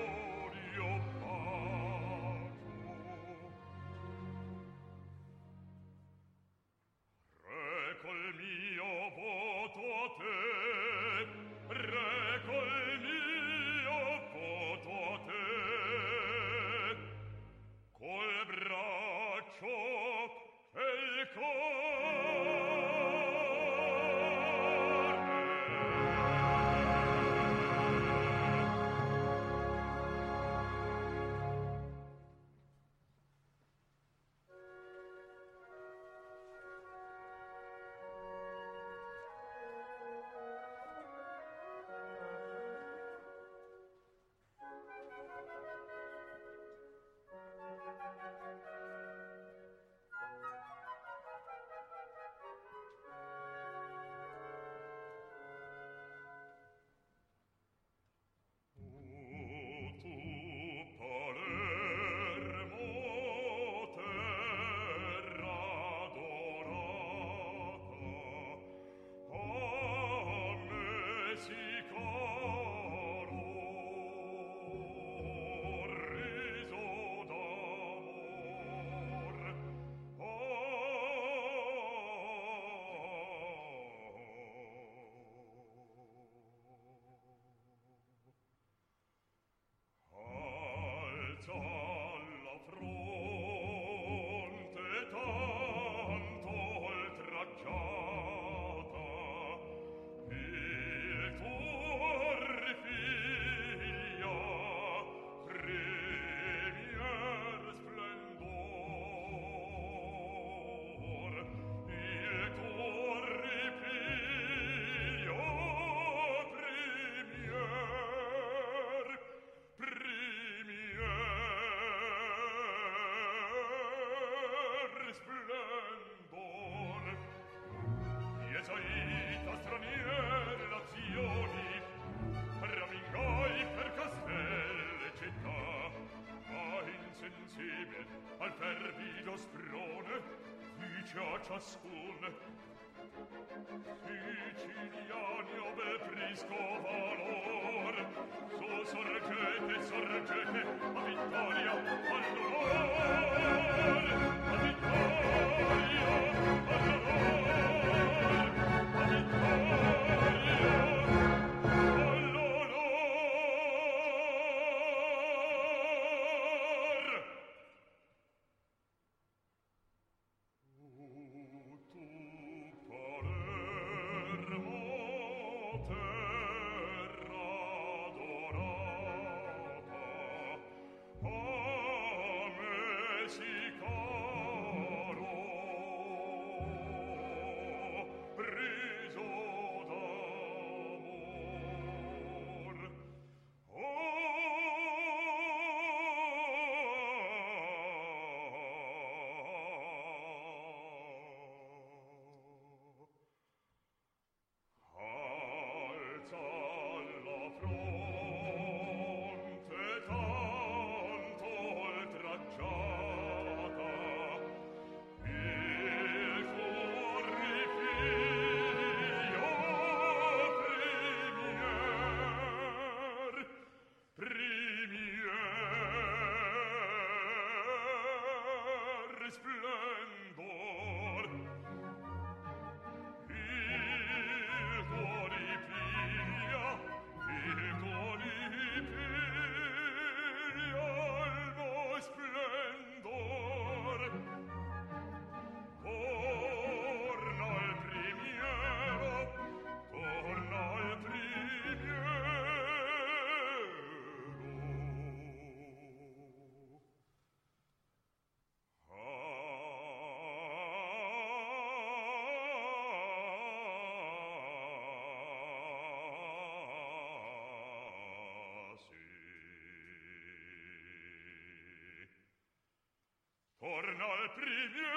Torna al primiero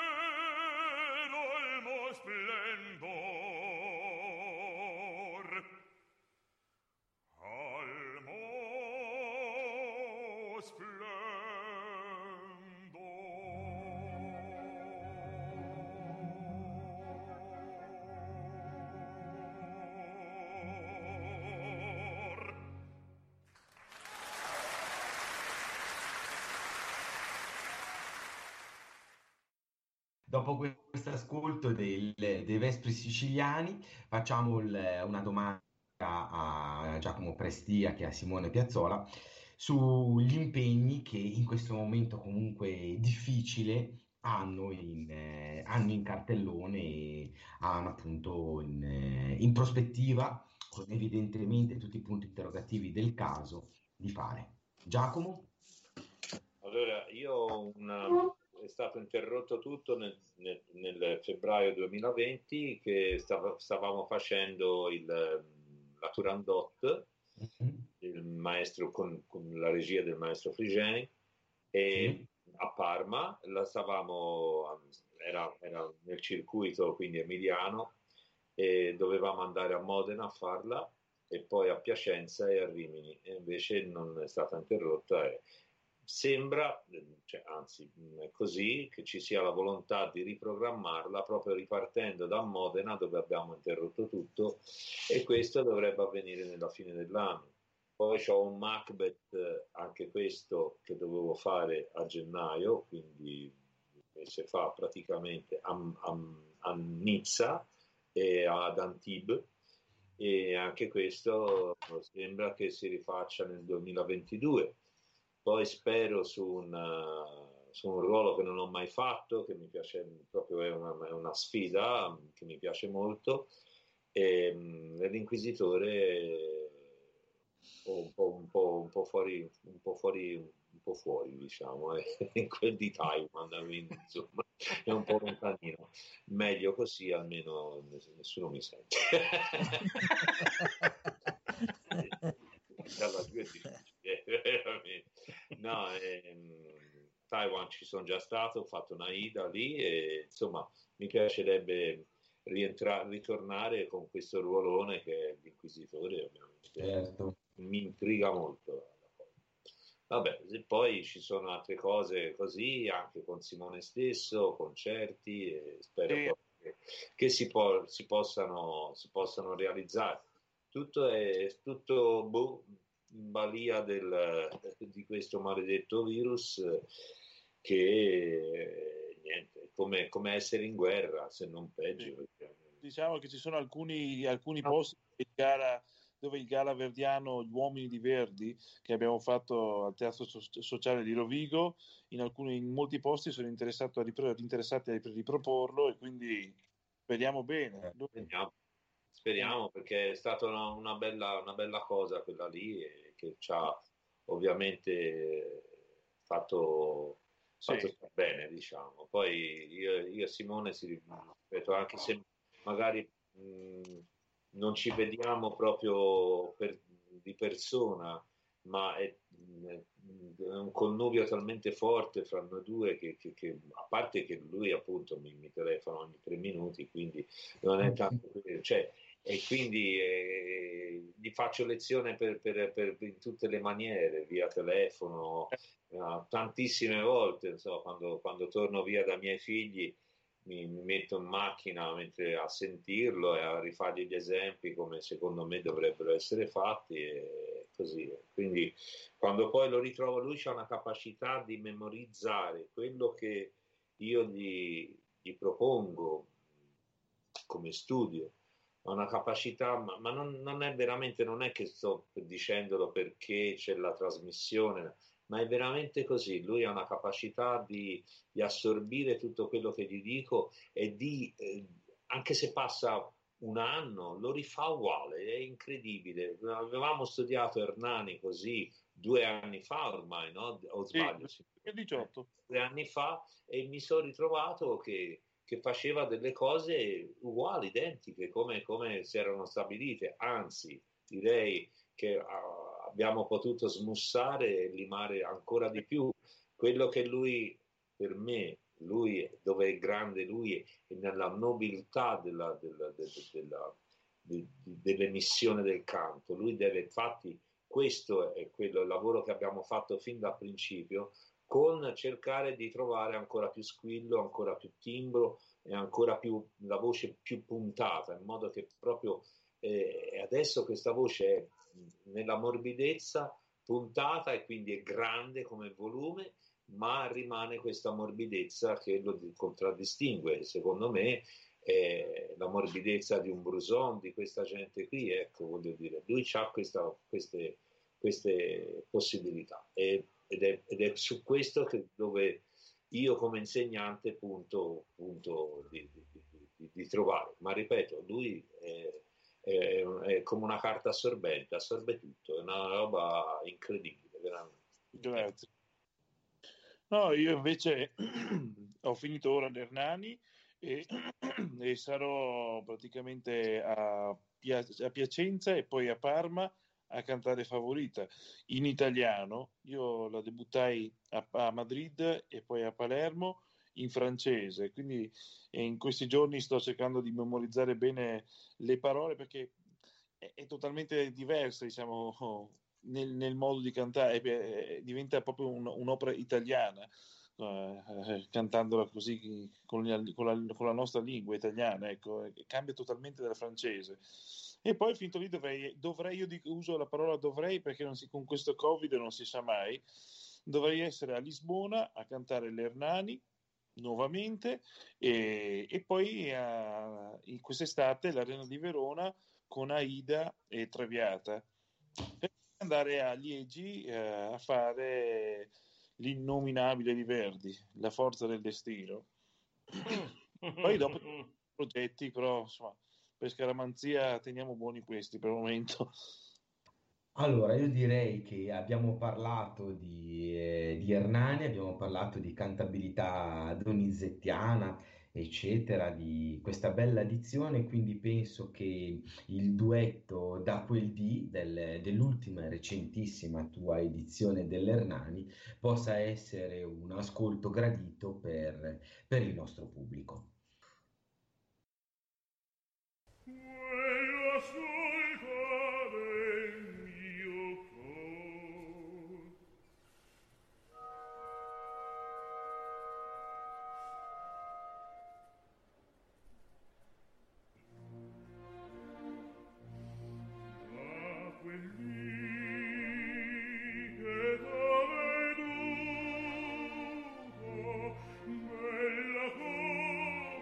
almo splendor, almo splendor. Dopo questo ascolto del- dei Vespri siciliani, facciamo il- una domanda a Giacomo Prestia che a Simone Piazzola sugli impegni che in questo momento comunque difficile hanno in, eh, hanno in cartellone e hanno appunto in, eh, in prospettiva, con evidentemente tutti i punti interrogativi del caso, di fare. Giacomo? Allora, io ho una, è stato interrotto tutto nel, nel- nel febbraio duemilaventi che stava- stavamo facendo il, la Turandot, Mhm. il maestro con, con la regia del maestro Frigeni, e Sì. a Parma la stavamo, era, era nel circuito quindi emiliano, e dovevamo andare a Modena a farla e poi a Piacenza e a Rimini, e invece non è stata interrotta. E sembra, cioè, anzi è così, che ci sia la volontà di riprogrammarla proprio ripartendo da Modena dove abbiamo interrotto tutto, e questo dovrebbe avvenire nella fine dell'anno. Poi ho un Macbeth, eh, anche questo, che dovevo fare a gennaio, quindi un mese fa praticamente, a, a- a Nizza e ad Antibes, e anche questo sembra che si rifaccia nel duemilaventidue. Poi spero su un, eh, su un ruolo che non ho mai fatto, che mi piace proprio, è una, è una sfida mm, che mi piace molto, e, mh, nell'Inquisitore un po', un po', un po' fuori, un po' fuori, un po' fuori, diciamo, eh, in quel di Taiwan, quindi, insomma, è un po' lontanino. Meglio così, almeno nessuno mi sente. Dalla giù è difficile, veramente. No, ehm, Taiwan ci sono già stato, ho fatto una ida lì e insomma mi piacerebbe rientrare, ritornare con questo ruolone che è l'inquisitore, ovviamente. Certo. Mi intriga molto. Vabbè, e poi ci sono altre cose così, anche con Simone stesso, concerti, e spero Sì. proprio che, che si, po- si possano, si possano realizzare. Tutto è tutto boh, in balia del, di questo maledetto virus, eh, che eh, niente, è come, come essere in guerra, se non Sì. peggio. perché- Diciamo che ci sono alcuni, alcuni posti dove il Gala, dove il Gala Verdiano, gli uomini di Verdi, che abbiamo fatto al Teatro So- Sociale di Rovigo, in, alcuni, in molti posti sono interessato a ripro- interessati a riproporlo, e quindi speriamo bene. Noi Speriamo, siamo- speriamo, perché è stata una, una bella, una bella cosa quella lì, e che ci ha ovviamente fatto, fatto sì, stare bene, diciamo. Poi io, io e Simone, si ripeto, anche se magari mh, non ci vediamo proprio per- di persona, ma è, è un connubio talmente forte fra noi due che, che- che- a parte che lui appunto mi, mi telefona ogni tre minuti, quindi non è tanto, cioè, e quindi eh, gli faccio lezione per, per- per- in tutte le maniere, via telefono, eh, tantissime volte, insomma, quando, quando torno via da miei figli mi, mi metto in macchina mentre a sentirlo e a rifargli gli esempi come secondo me dovrebbero essere fatti, e così. Quindi quando poi lo ritrovo, lui ha una capacità di memorizzare quello che io gli, gli propongo come studio, ha una capacità, ma, ma non, non è veramente, non è che sto dicendolo perché c'è la trasmissione, ma è veramente così. Lui ha una capacità di, di assorbire tutto quello che gli dico e di, eh, anche se passa un anno, lo rifà uguale, è incredibile. Avevamo studiato Hernani così due anni fa ormai, no? O sì, sbaglio? Sì. duemiladiciotto. Due anni fa, e mi sono ritrovato che, che faceva delle cose uguali, identiche, come, come si erano stabilite. Anzi, direi che uh, abbiamo potuto smussare e limare ancora di più quello che lui, per me, lui, dove è grande lui, è nella nobiltà della, della, della, della, de- de- dell'emissione del canto. Lui deve, infatti, questo è quello, il lavoro che abbiamo fatto fin dal principio, con cercare di trovare ancora più squillo, ancora più timbro e ancora più la voce più puntata, in modo che proprio eh, adesso questa voce è nella morbidezza puntata e quindi è grande come volume, ma rimane questa morbidezza che lo contraddistingue. Secondo me eh, la morbidezza di un Bruson, di questa gente qui, ecco, voglio dire, lui ha questa, queste, queste possibilità, e, ed, è, ed è su questo che, dove io come insegnante punto, punto di, di, di, di trovare. Ma ripeto, lui è, è, è come una carta assorbente, assorbe tutto, è una roba incredibile, veramente. Grazie. No, io invece ho finito ora l'Hernani e, e sarò praticamente a, Pia- a Piacenza e poi a Parma a cantare Favorita in italiano. Io la debuttai a, a Madrid e poi a Palermo in francese, quindi in questi giorni sto cercando di memorizzare bene le parole perché è, è totalmente diversa, diciamo, nel, nel modo di cantare, eh, diventa proprio un, un'opera italiana, eh, cantandola così con la, con, la, con la nostra lingua italiana, ecco, cambia totalmente dalla francese. E poi finito lì dovrei, dovrei io dico, uso la parola dovrei perché non si, con questo Covid non si sa mai, dovrei essere a Lisbona a cantare l'Hernani nuovamente e, e poi a, in quest'estate l'Arena di Verona con Aida e Traviata per andare a Liegi eh, a fare l'innominabile di Verdi, La forza del destino. Poi dopo progetti, però insomma, per scaramanzia teniamo buoni questi per il momento. Allora, io direi che abbiamo parlato di, eh, di Hernani, abbiamo parlato di cantabilità donizettiana, eccetera, di questa bella edizione, quindi penso che il duetto Da quel dì del- dell'ultima e recentissima tua edizione dell'Hernani possa essere un ascolto gradito per per il nostro pubblico. Quello ascoltare il mio cor. Da quel dì che t'ho veduto, bella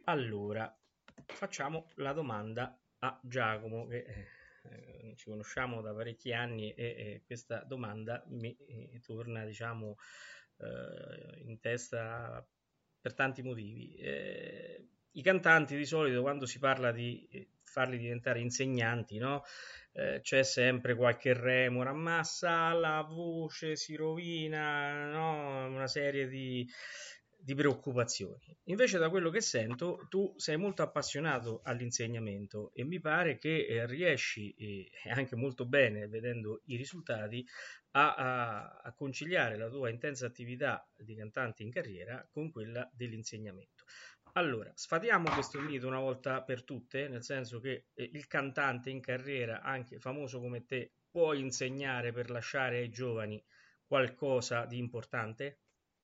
Allora, facciamo la domanda a Giacomo, che eh, ci conosciamo da parecchi anni e, e questa domanda mi eh, torna, diciamo, eh, in testa per tanti motivi. Eh, I cantanti di solito, quando si parla di farli diventare insegnanti, no? Eh, c'è sempre qualche remora, ammassa la voce, si rovina, no? Una serie di, di preoccupazioni. Invece, da quello che sento, tu sei molto appassionato all'insegnamento e mi pare che eh, riesci, e anche molto bene, vedendo i risultati, a, a, a conciliare la tua intensa attività di cantante in carriera con quella dell'insegnamento. Allora, sfatiamo questo mito una volta per tutte, nel senso che eh, il cantante in carriera, anche famoso come te, può insegnare per lasciare ai giovani qualcosa di importante?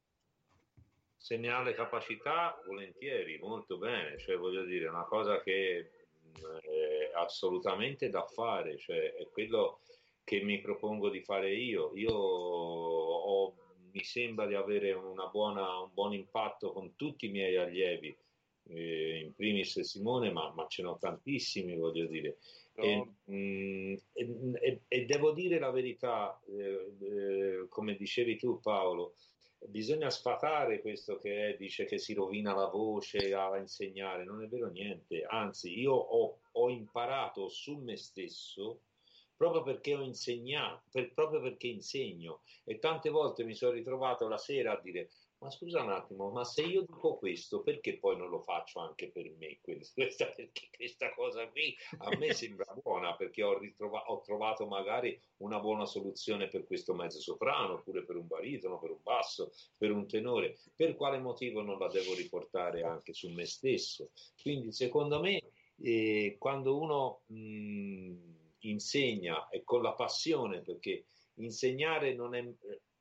Segnale capacità, volentieri, molto bene, cioè voglio dire, è una cosa che mh, è assolutamente da fare, cioè è quello che mi propongo di fare io. Io ho, mi sembra di avere una buona, un buon impatto con tutti i miei allievi, eh, in primis Simone, ma, ma ce n'ho tantissimi, voglio dire. E, mh, e, e, e devo dire la verità, eh, eh, come dicevi tu Paolo, bisogna sfatare questo che è, dice che si rovina la voce a insegnare, non è vero niente, anzi io ho, ho imparato su me stesso proprio perché ho insegnato, per, proprio perché insegno, e tante volte mi sono ritrovato la sera a dire ma scusa un attimo, ma se io dico questo, perché poi non lo faccio anche per me? Questa, perché questa cosa qui a me sembra buona, perché ho, ritrova, ho trovato magari una buona soluzione per questo mezzo soprano, oppure per un baritono, per un basso, per un tenore. Per quale motivo non la devo riportare anche su me stesso? Quindi secondo me eh, quando uno mh, insegna e con la passione, perché insegnare non è...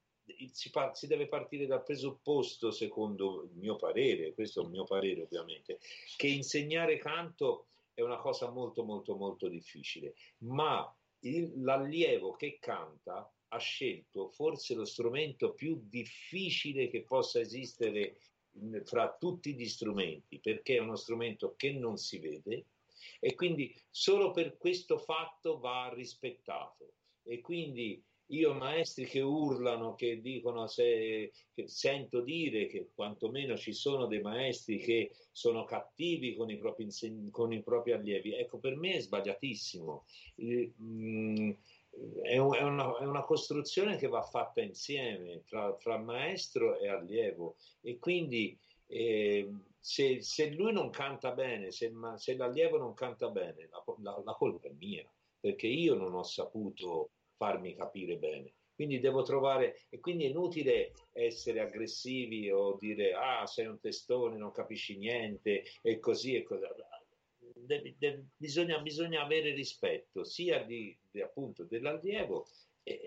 Si, par- si deve partire dal presupposto, secondo il mio parere, questo è il mio parere ovviamente, che insegnare canto è una cosa molto molto molto difficile, ma il, l'allievo che canta ha scelto forse lo strumento più difficile che possa esistere fra tutti gli strumenti, perché è uno strumento che non si vede e quindi solo per questo fatto va rispettato. E quindi io maestri che urlano, che dicono, se, che sento dire che quantomeno ci sono dei maestri che sono cattivi con i propri, inseg- con i propri allievi, ecco, per me è sbagliatissimo. Eh, mh, è, un, è, una, è una costruzione che va fatta insieme tra, tra maestro e allievo, e quindi eh, se, se lui non canta bene, se, se l'allievo non canta bene, la, la, la colpa è mia, perché io non ho saputo farmi capire bene. Quindi devo trovare, e quindi è inutile essere aggressivi o dire ah sei un testone, non capisci niente e così e così. De, de, bisogna, bisogna avere rispetto sia di, di, appunto dell'allievo e,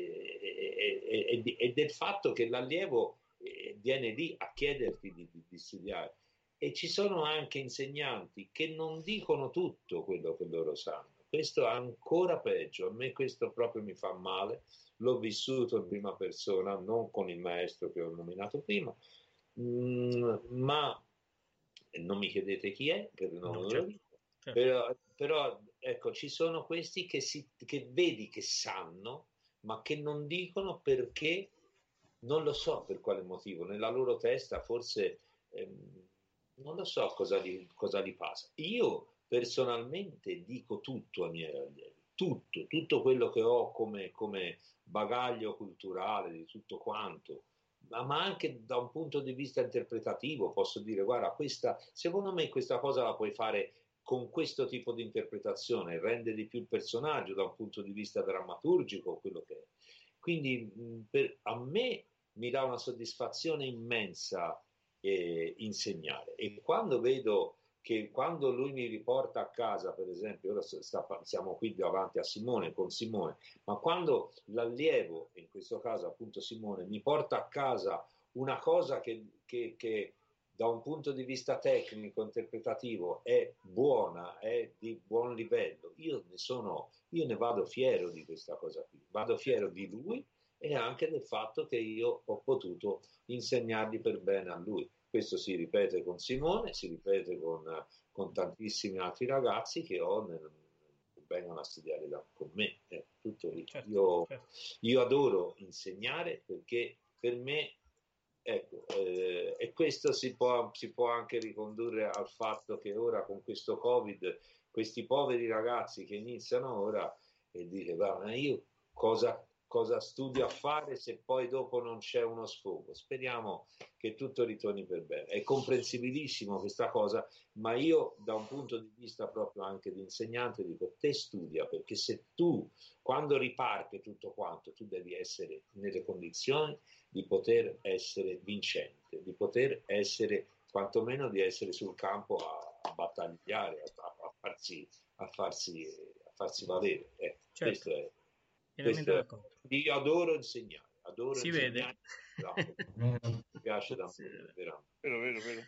e, e, e del fatto che l'allievo viene lì a chiederti di, di, di studiare. E ci sono anche insegnanti che non dicono tutto quello che loro sanno. Questo è ancora peggio, a me questo proprio mi fa male, l'ho vissuto in prima persona, non con il maestro che ho nominato prima, mm, ma non mi chiedete chi è, per non No, ve lo certo, dico, certo. però, però ecco, ci sono questi che, si, che vedi che sanno, ma che non dicono perché, non lo so per quale motivo, nella loro testa forse ehm, non lo so cosa gli, cosa gli passa. Io personalmente dico tutto ai miei allievi, tutto, tutto quello che ho come, come bagaglio culturale, di tutto quanto, ma, ma anche da un punto di vista interpretativo posso dire, guarda, questa, secondo me questa cosa la puoi fare con questo tipo di interpretazione, rende di più il personaggio da un punto di vista drammaturgico, quello che è. Quindi mh, per, a me mi dà una soddisfazione immensa eh, insegnare, e quando vedo che quando lui mi riporta a casa, per esempio, ora sta, siamo qui davanti a Simone, con Simone, ma quando l'allievo, in questo caso appunto Simone, mi porta a casa una cosa che, che, che da un punto di vista tecnico, interpretativo, è buona, è di buon livello, io ne sono, io ne vado fiero di questa cosa qui, vado fiero di lui e anche del fatto che io ho potuto insegnargli per bene a lui. questo si ripete con Simone, si ripete con, con tantissimi altri ragazzi che ho nel, che vengono a studiare da, con me. È tutto lì. Certo, Io, certo. io adoro insegnare perché per me, ecco, eh, e questo si può, si può anche ricondurre al fatto che ora con questo Covid, questi poveri ragazzi che iniziano ora e dice, ma io cosa, cosa studio a fare se poi dopo non c'è uno sfogo? Speriamo che tutto ritorni per bene. È comprensibilissimo questa cosa, ma io da un punto di vista proprio anche di insegnante dico, te studia, perché se tu, quando riparte tutto quanto, tu devi essere nelle condizioni di poter essere vincente, di poter essere, quantomeno di essere sul campo a, a battagliare, a, a, farsi, a, farsi, a farsi valere. Eh, Certo. Questo è, Pienamente questo è. d'accordo. Io adoro insegnare, adoro Si insegnare. vede. No, mi piace da Si vede. veramente. Vero, vero, vero.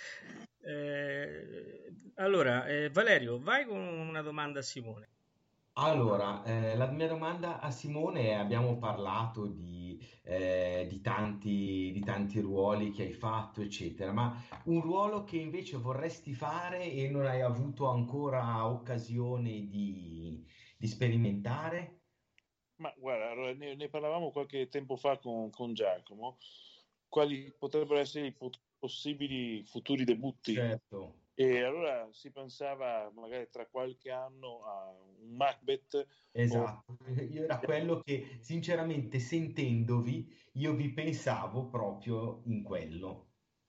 Eh, allora, eh, Valerio, vai con una domanda a Simone. Allora, eh, la mia domanda a Simone è, abbiamo parlato di, eh, di tanti, di tanti ruoli che hai fatto, eccetera, ma un ruolo che invece vorresti fare e non hai avuto ancora occasione di, di sperimentare? Ma guarda, allora, ne, ne parlavamo qualche tempo fa con, con Giacomo, quali potrebbero essere i pot- possibili futuri debutti. Certo, E allora si pensava magari tra qualche anno a un Macbeth o esatto. Io era quello che, sinceramente, sentendovi, io vi pensavo proprio in quello.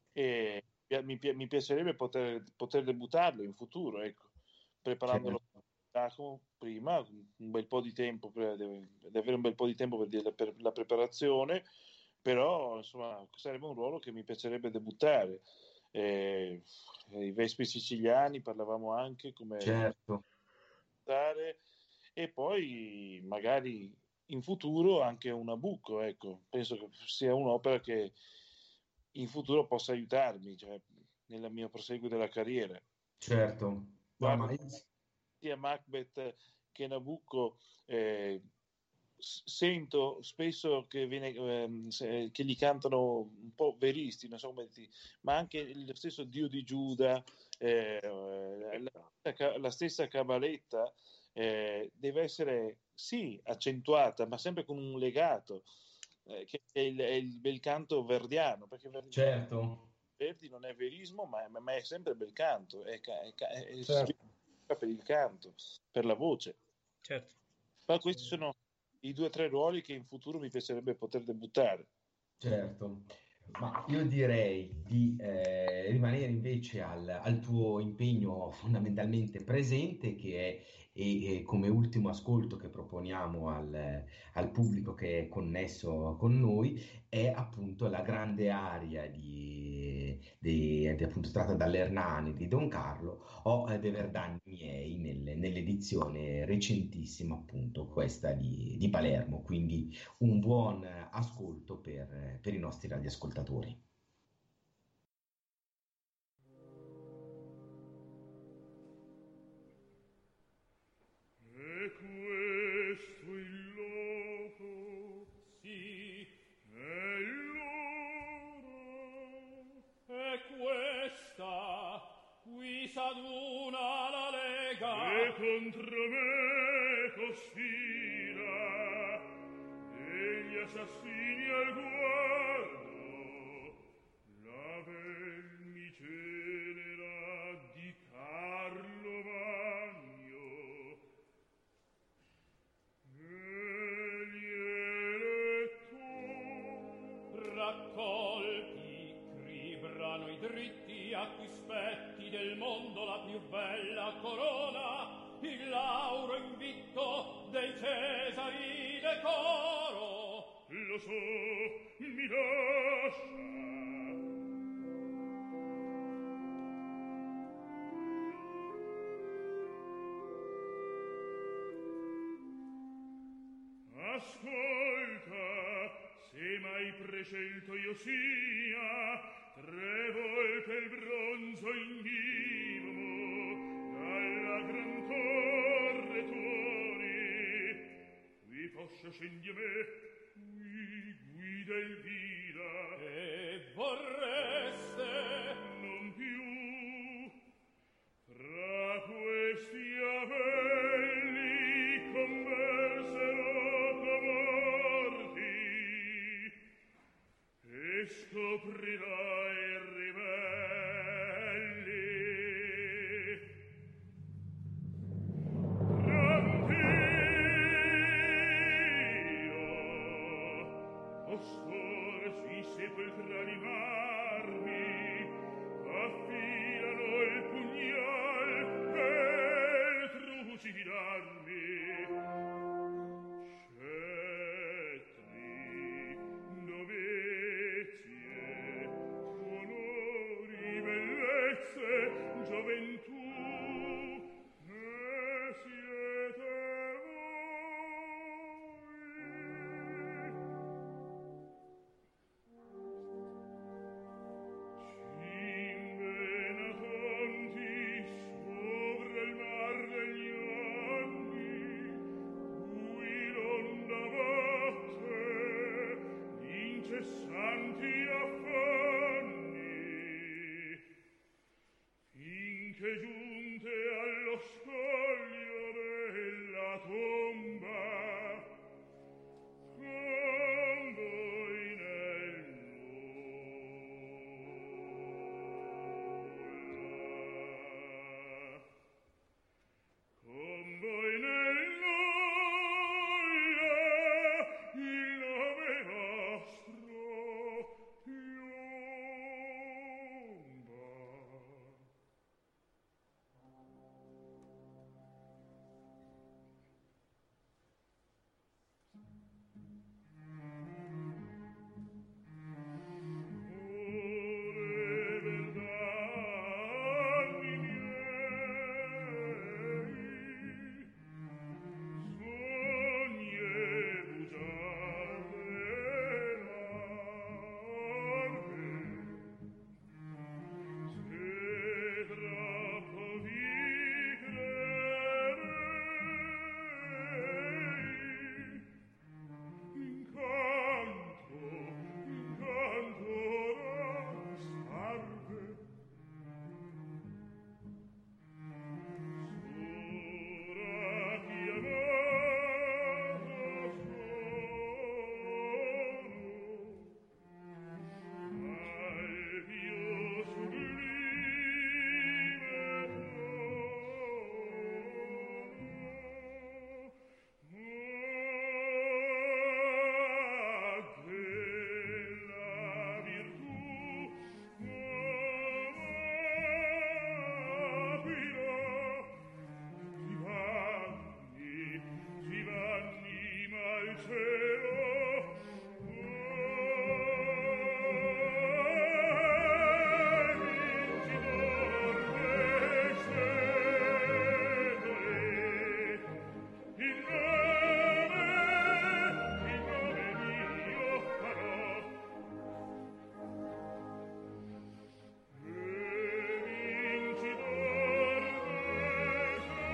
e mi, pi- mi piacerebbe poter, poter debuttarlo in futuro, ecco, Certo, preparandolo Giacomo prima, un bel po' di tempo, per, deve, deve avere un bel po' di tempo per, dire- per la preparazione, però insomma sarebbe un ruolo che mi piacerebbe debuttare. Eh, I Vespi siciliani parlavamo anche come, come certo, debuttare, e poi magari in futuro anche un Nabucco, ecco, penso che sia un'opera che in futuro possa aiutarmi, cioè, nel mio proseguo della carriera. certo. No, Guardo ma sia Macbeth che Nabucco, eh, s- sento spesso che, viene, ehm, se- che gli cantano un po' veristi, non so come dire, ma anche lo stesso Dio di Giuda, eh, la, la stessa Cabaletta, eh, deve essere sì accentuata, ma sempre con un legato, eh, che è il, è il bel canto verdiano, perché Verdi, certo, Verdi non è verismo, ma, ma è sempre bel canto, è, è, è, è certo. per il canto, per la voce. Certo. Ma questi sono i due o tre ruoli che in futuro mi piacerebbe poter debuttare. Certo, ma io direi di eh, rimanere invece al, al tuo impegno fondamentalmente presente, che è, e, e come ultimo ascolto che proponiamo al, al pubblico che è connesso con noi, è appunto la grande aria di, di, di appunto tratta dall'Ernani di Don Carlo o eh, De Verdani miei nel- nell'edizione recentissima appunto questa di, di Palermo, quindi un buon ascolto per, per i nostri radioascoltatori. E questo il loco, Sì, e l'ora, e questa qui s'aduna la lega e contro me cospira, e gli assassini al guardo, la bel mi celera di Carlo Magno, e gli elettori raccolti cribrano i dritti a cui spetti del mondo la più bella corona, il lauro invitto dei Cesari decoro. lo so, mi lascia. Ascolta, se mai prescelto io sia, tre volte il bronzo indivamo, dalla gran torre tuoni, qui poscia scendi a me, qui guida Elvira, E vorreste gioventù ne siete santi affanni finché giunte allo scoglio della tomba con voi nel nulla con voi nel nulla il nome vostro piomba. Ore vent'anni miei, sogni e bugiarde larghe, se troppo vi crederei, incanto, incanto ora sparve, sora chiamato sono al più sublime trono della virtù Giovanni, Giovanni, ma il cielo vincitore dei secoli, il nome, il nome mio farò. E vincitor dei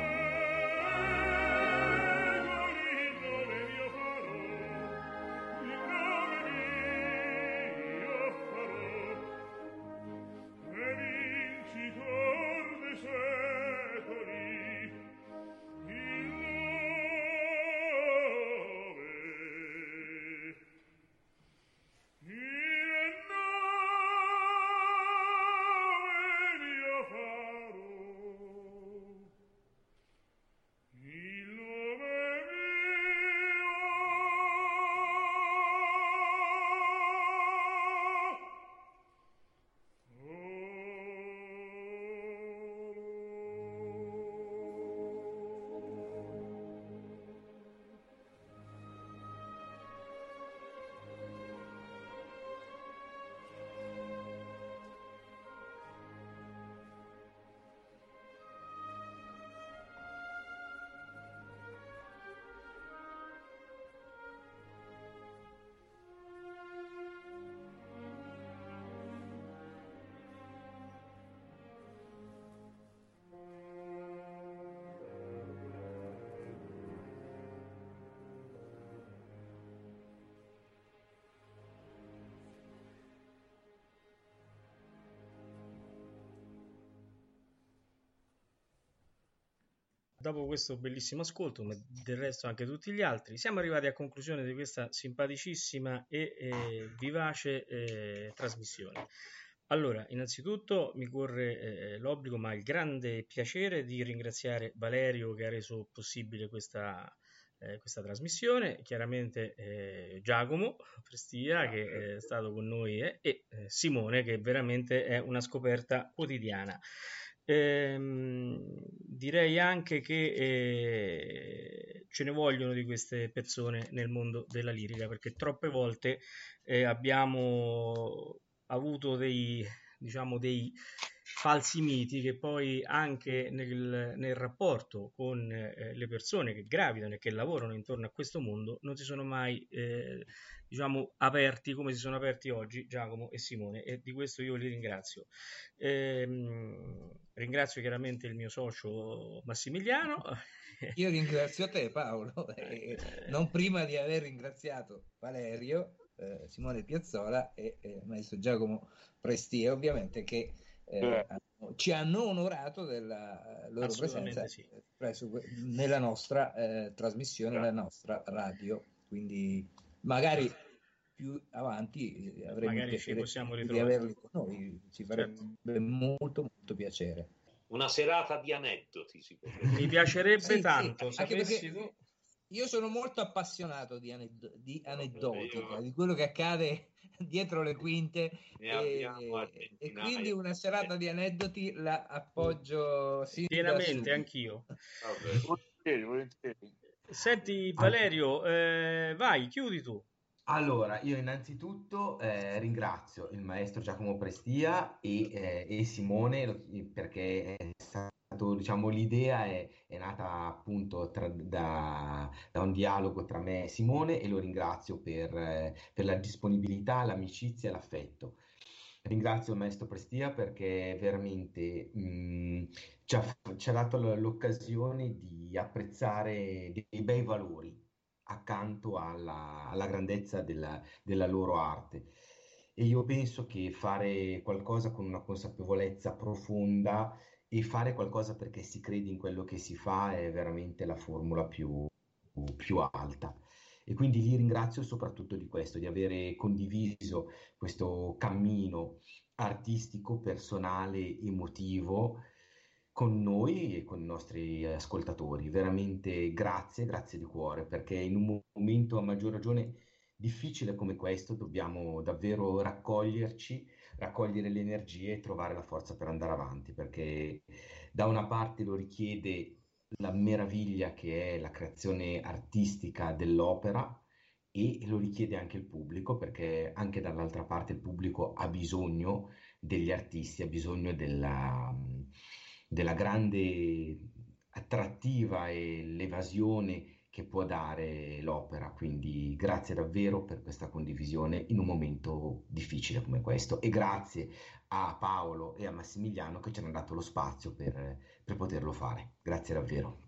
secoli, il nome mio farò, il nome mio farò. E vincitor dei secoli, il nome, il nome mio farò, il nome Dopo questo bellissimo ascolto, ma del resto anche tutti gli altri, siamo arrivati a conclusione di questa simpaticissima e eh, vivace eh, trasmissione. Allora, innanzitutto mi corre eh, l'obbligo, ma il grande piacere di ringraziare Valerio che ha reso possibile questa, eh, questa trasmissione, chiaramente eh, Giacomo Prestia che è stato con noi eh, e eh, Simone che veramente è una scoperta quotidiana. Ehm, direi anche che eh, ce ne vogliono di queste persone nel mondo della lirica, perché troppe volte eh, abbiamo avuto dei, diciamo, dei falsi miti che poi anche nel, nel rapporto con eh, le persone che gravitano e che lavorano intorno a questo mondo non si sono mai eh, diciamo aperti come si sono aperti oggi Giacomo e Simone, e di questo io li ringrazio. Ehm, ringrazio chiaramente il mio socio Massimiliano. Io ringrazio te Paolo, eh, non prima di aver ringraziato Valerio, eh, Simone Piazzola e eh, maestro Giacomo Prestia, ovviamente, che eh, hanno, ci hanno onorato della loro presenza sì. presso, nella nostra eh, trasmissione, nella nostra radio. Quindi magari più avanti eh, avremo magari il ci piacere possiamo di ritrovare. averli con noi, ci farebbe certo. molto molto piacere. Una serata di aneddoti, si può dire. Mi piacerebbe sì, tanto, sì, anche sapessi perché tu. Io sono molto appassionato di, aned- di aneddotica, di quello che accade dietro le quinte e, e quindi una serata di aneddoti la appoggio sin pienamente anch'io. Volentieri, volentieri. Senti Valerio, eh, vai, chiudi tu. Allora, io innanzitutto eh, ringrazio il maestro Giacomo Prestia e, eh, e Simone perché è stato, diciamo, l'idea è, è nata appunto tra, da, da un dialogo tra me e Simone e lo ringrazio per, eh, per la disponibilità, l'amicizia e l'affetto. Ringrazio il maestro Prestia perché veramente mh, ci ha, ci ha dato l'occasione di apprezzare dei bei valori accanto alla, alla grandezza della, della loro arte. E io penso che fare qualcosa con una consapevolezza profonda e fare qualcosa perché si crede in quello che si fa è veramente la formula più, più alta. E quindi li ringrazio soprattutto di questo, di avere condiviso questo cammino artistico, personale, emotivo con noi e con i nostri ascoltatori. Veramente grazie, grazie di cuore, perché in un momento a maggior ragione difficile come questo dobbiamo davvero raccoglierci, raccogliere le energie e trovare la forza per andare avanti, perché da una parte lo richiede la meraviglia che è la creazione artistica dell'opera e lo richiede anche il pubblico, perché anche dall'altra parte il pubblico ha bisogno degli artisti, ha bisogno della, della grande attrattiva e l'evasione che può dare l'opera. Quindi grazie davvero per questa condivisione in un momento difficile come questo e grazie a Paolo e a Massimiliano che ci hanno dato lo spazio per, per poterlo fare. Grazie davvero.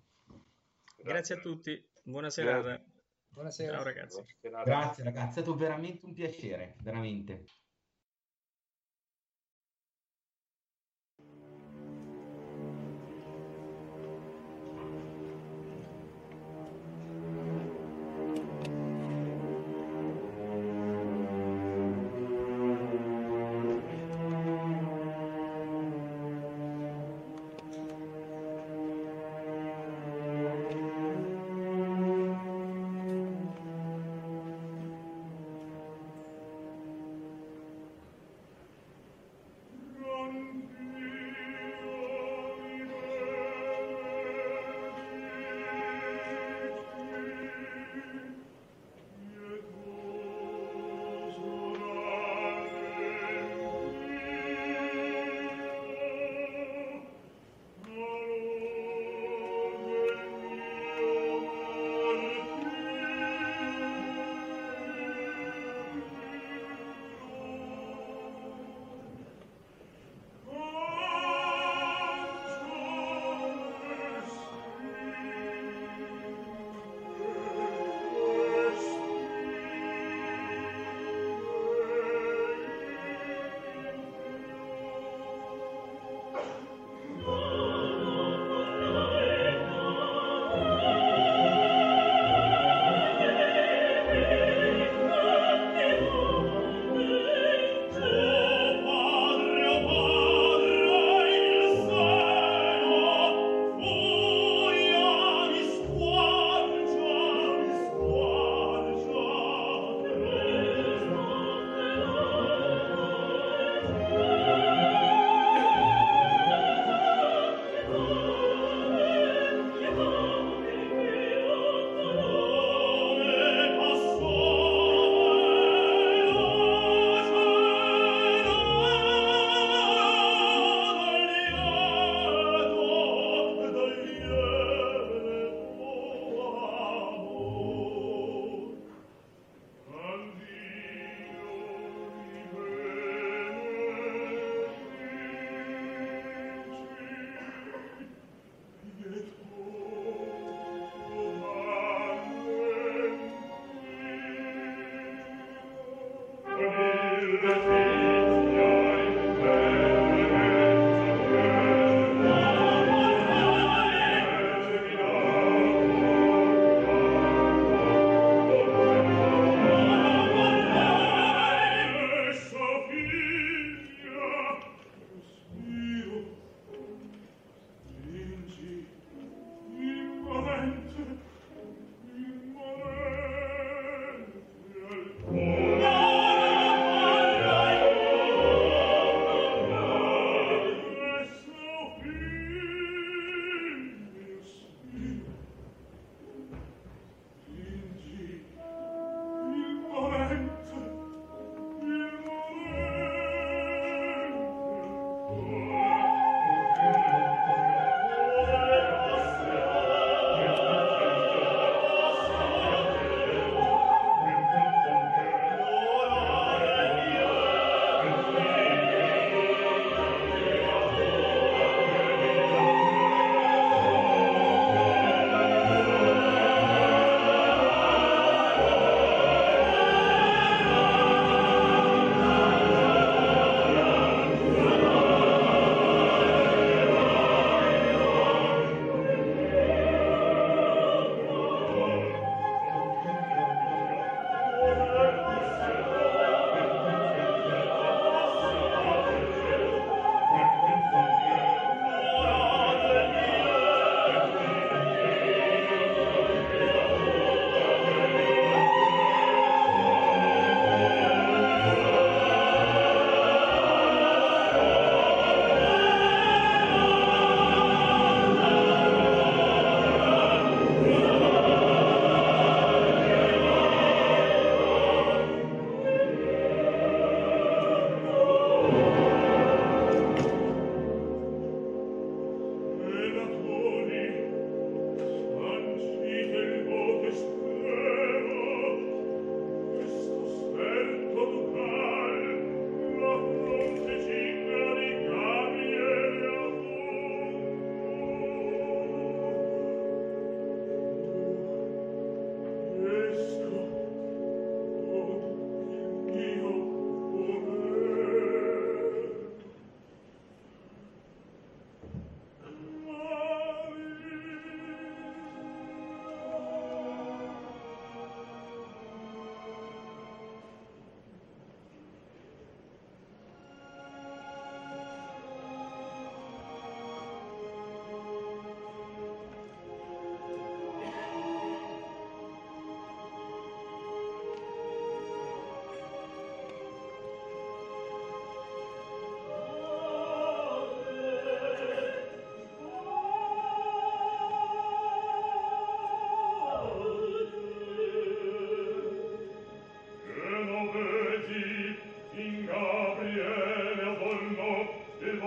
Grazie a tutti, buona serata. Buonasera. Ciao ragazzi. Grazie ragazzi, è stato veramente un piacere, veramente.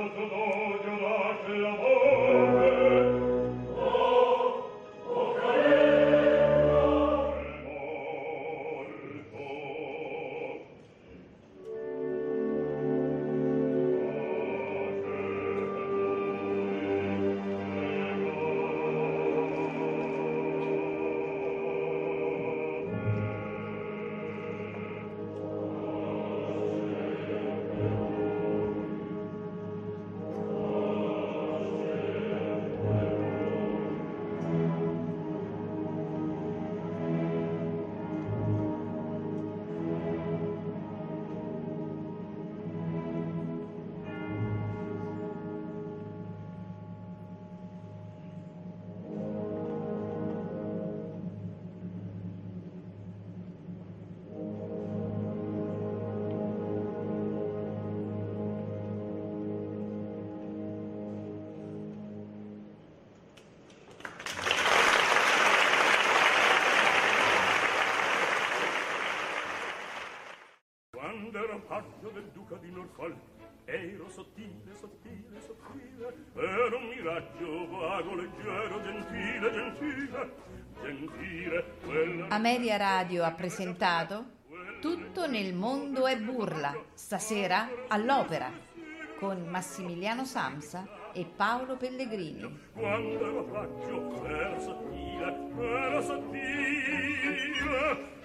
Paggio del duca di Norfolk, ero sottile, sottile, sottile, ero un miraggio vago, leggero, gentile, gentile, gentile, quella... Ameria Radio ha presentato Tutto nel mondo è burla, stasera all'Opera, con Massimiliano Samsa e Paolo Pellegrini. Quando ero paggio, ero sottile, ero sottile,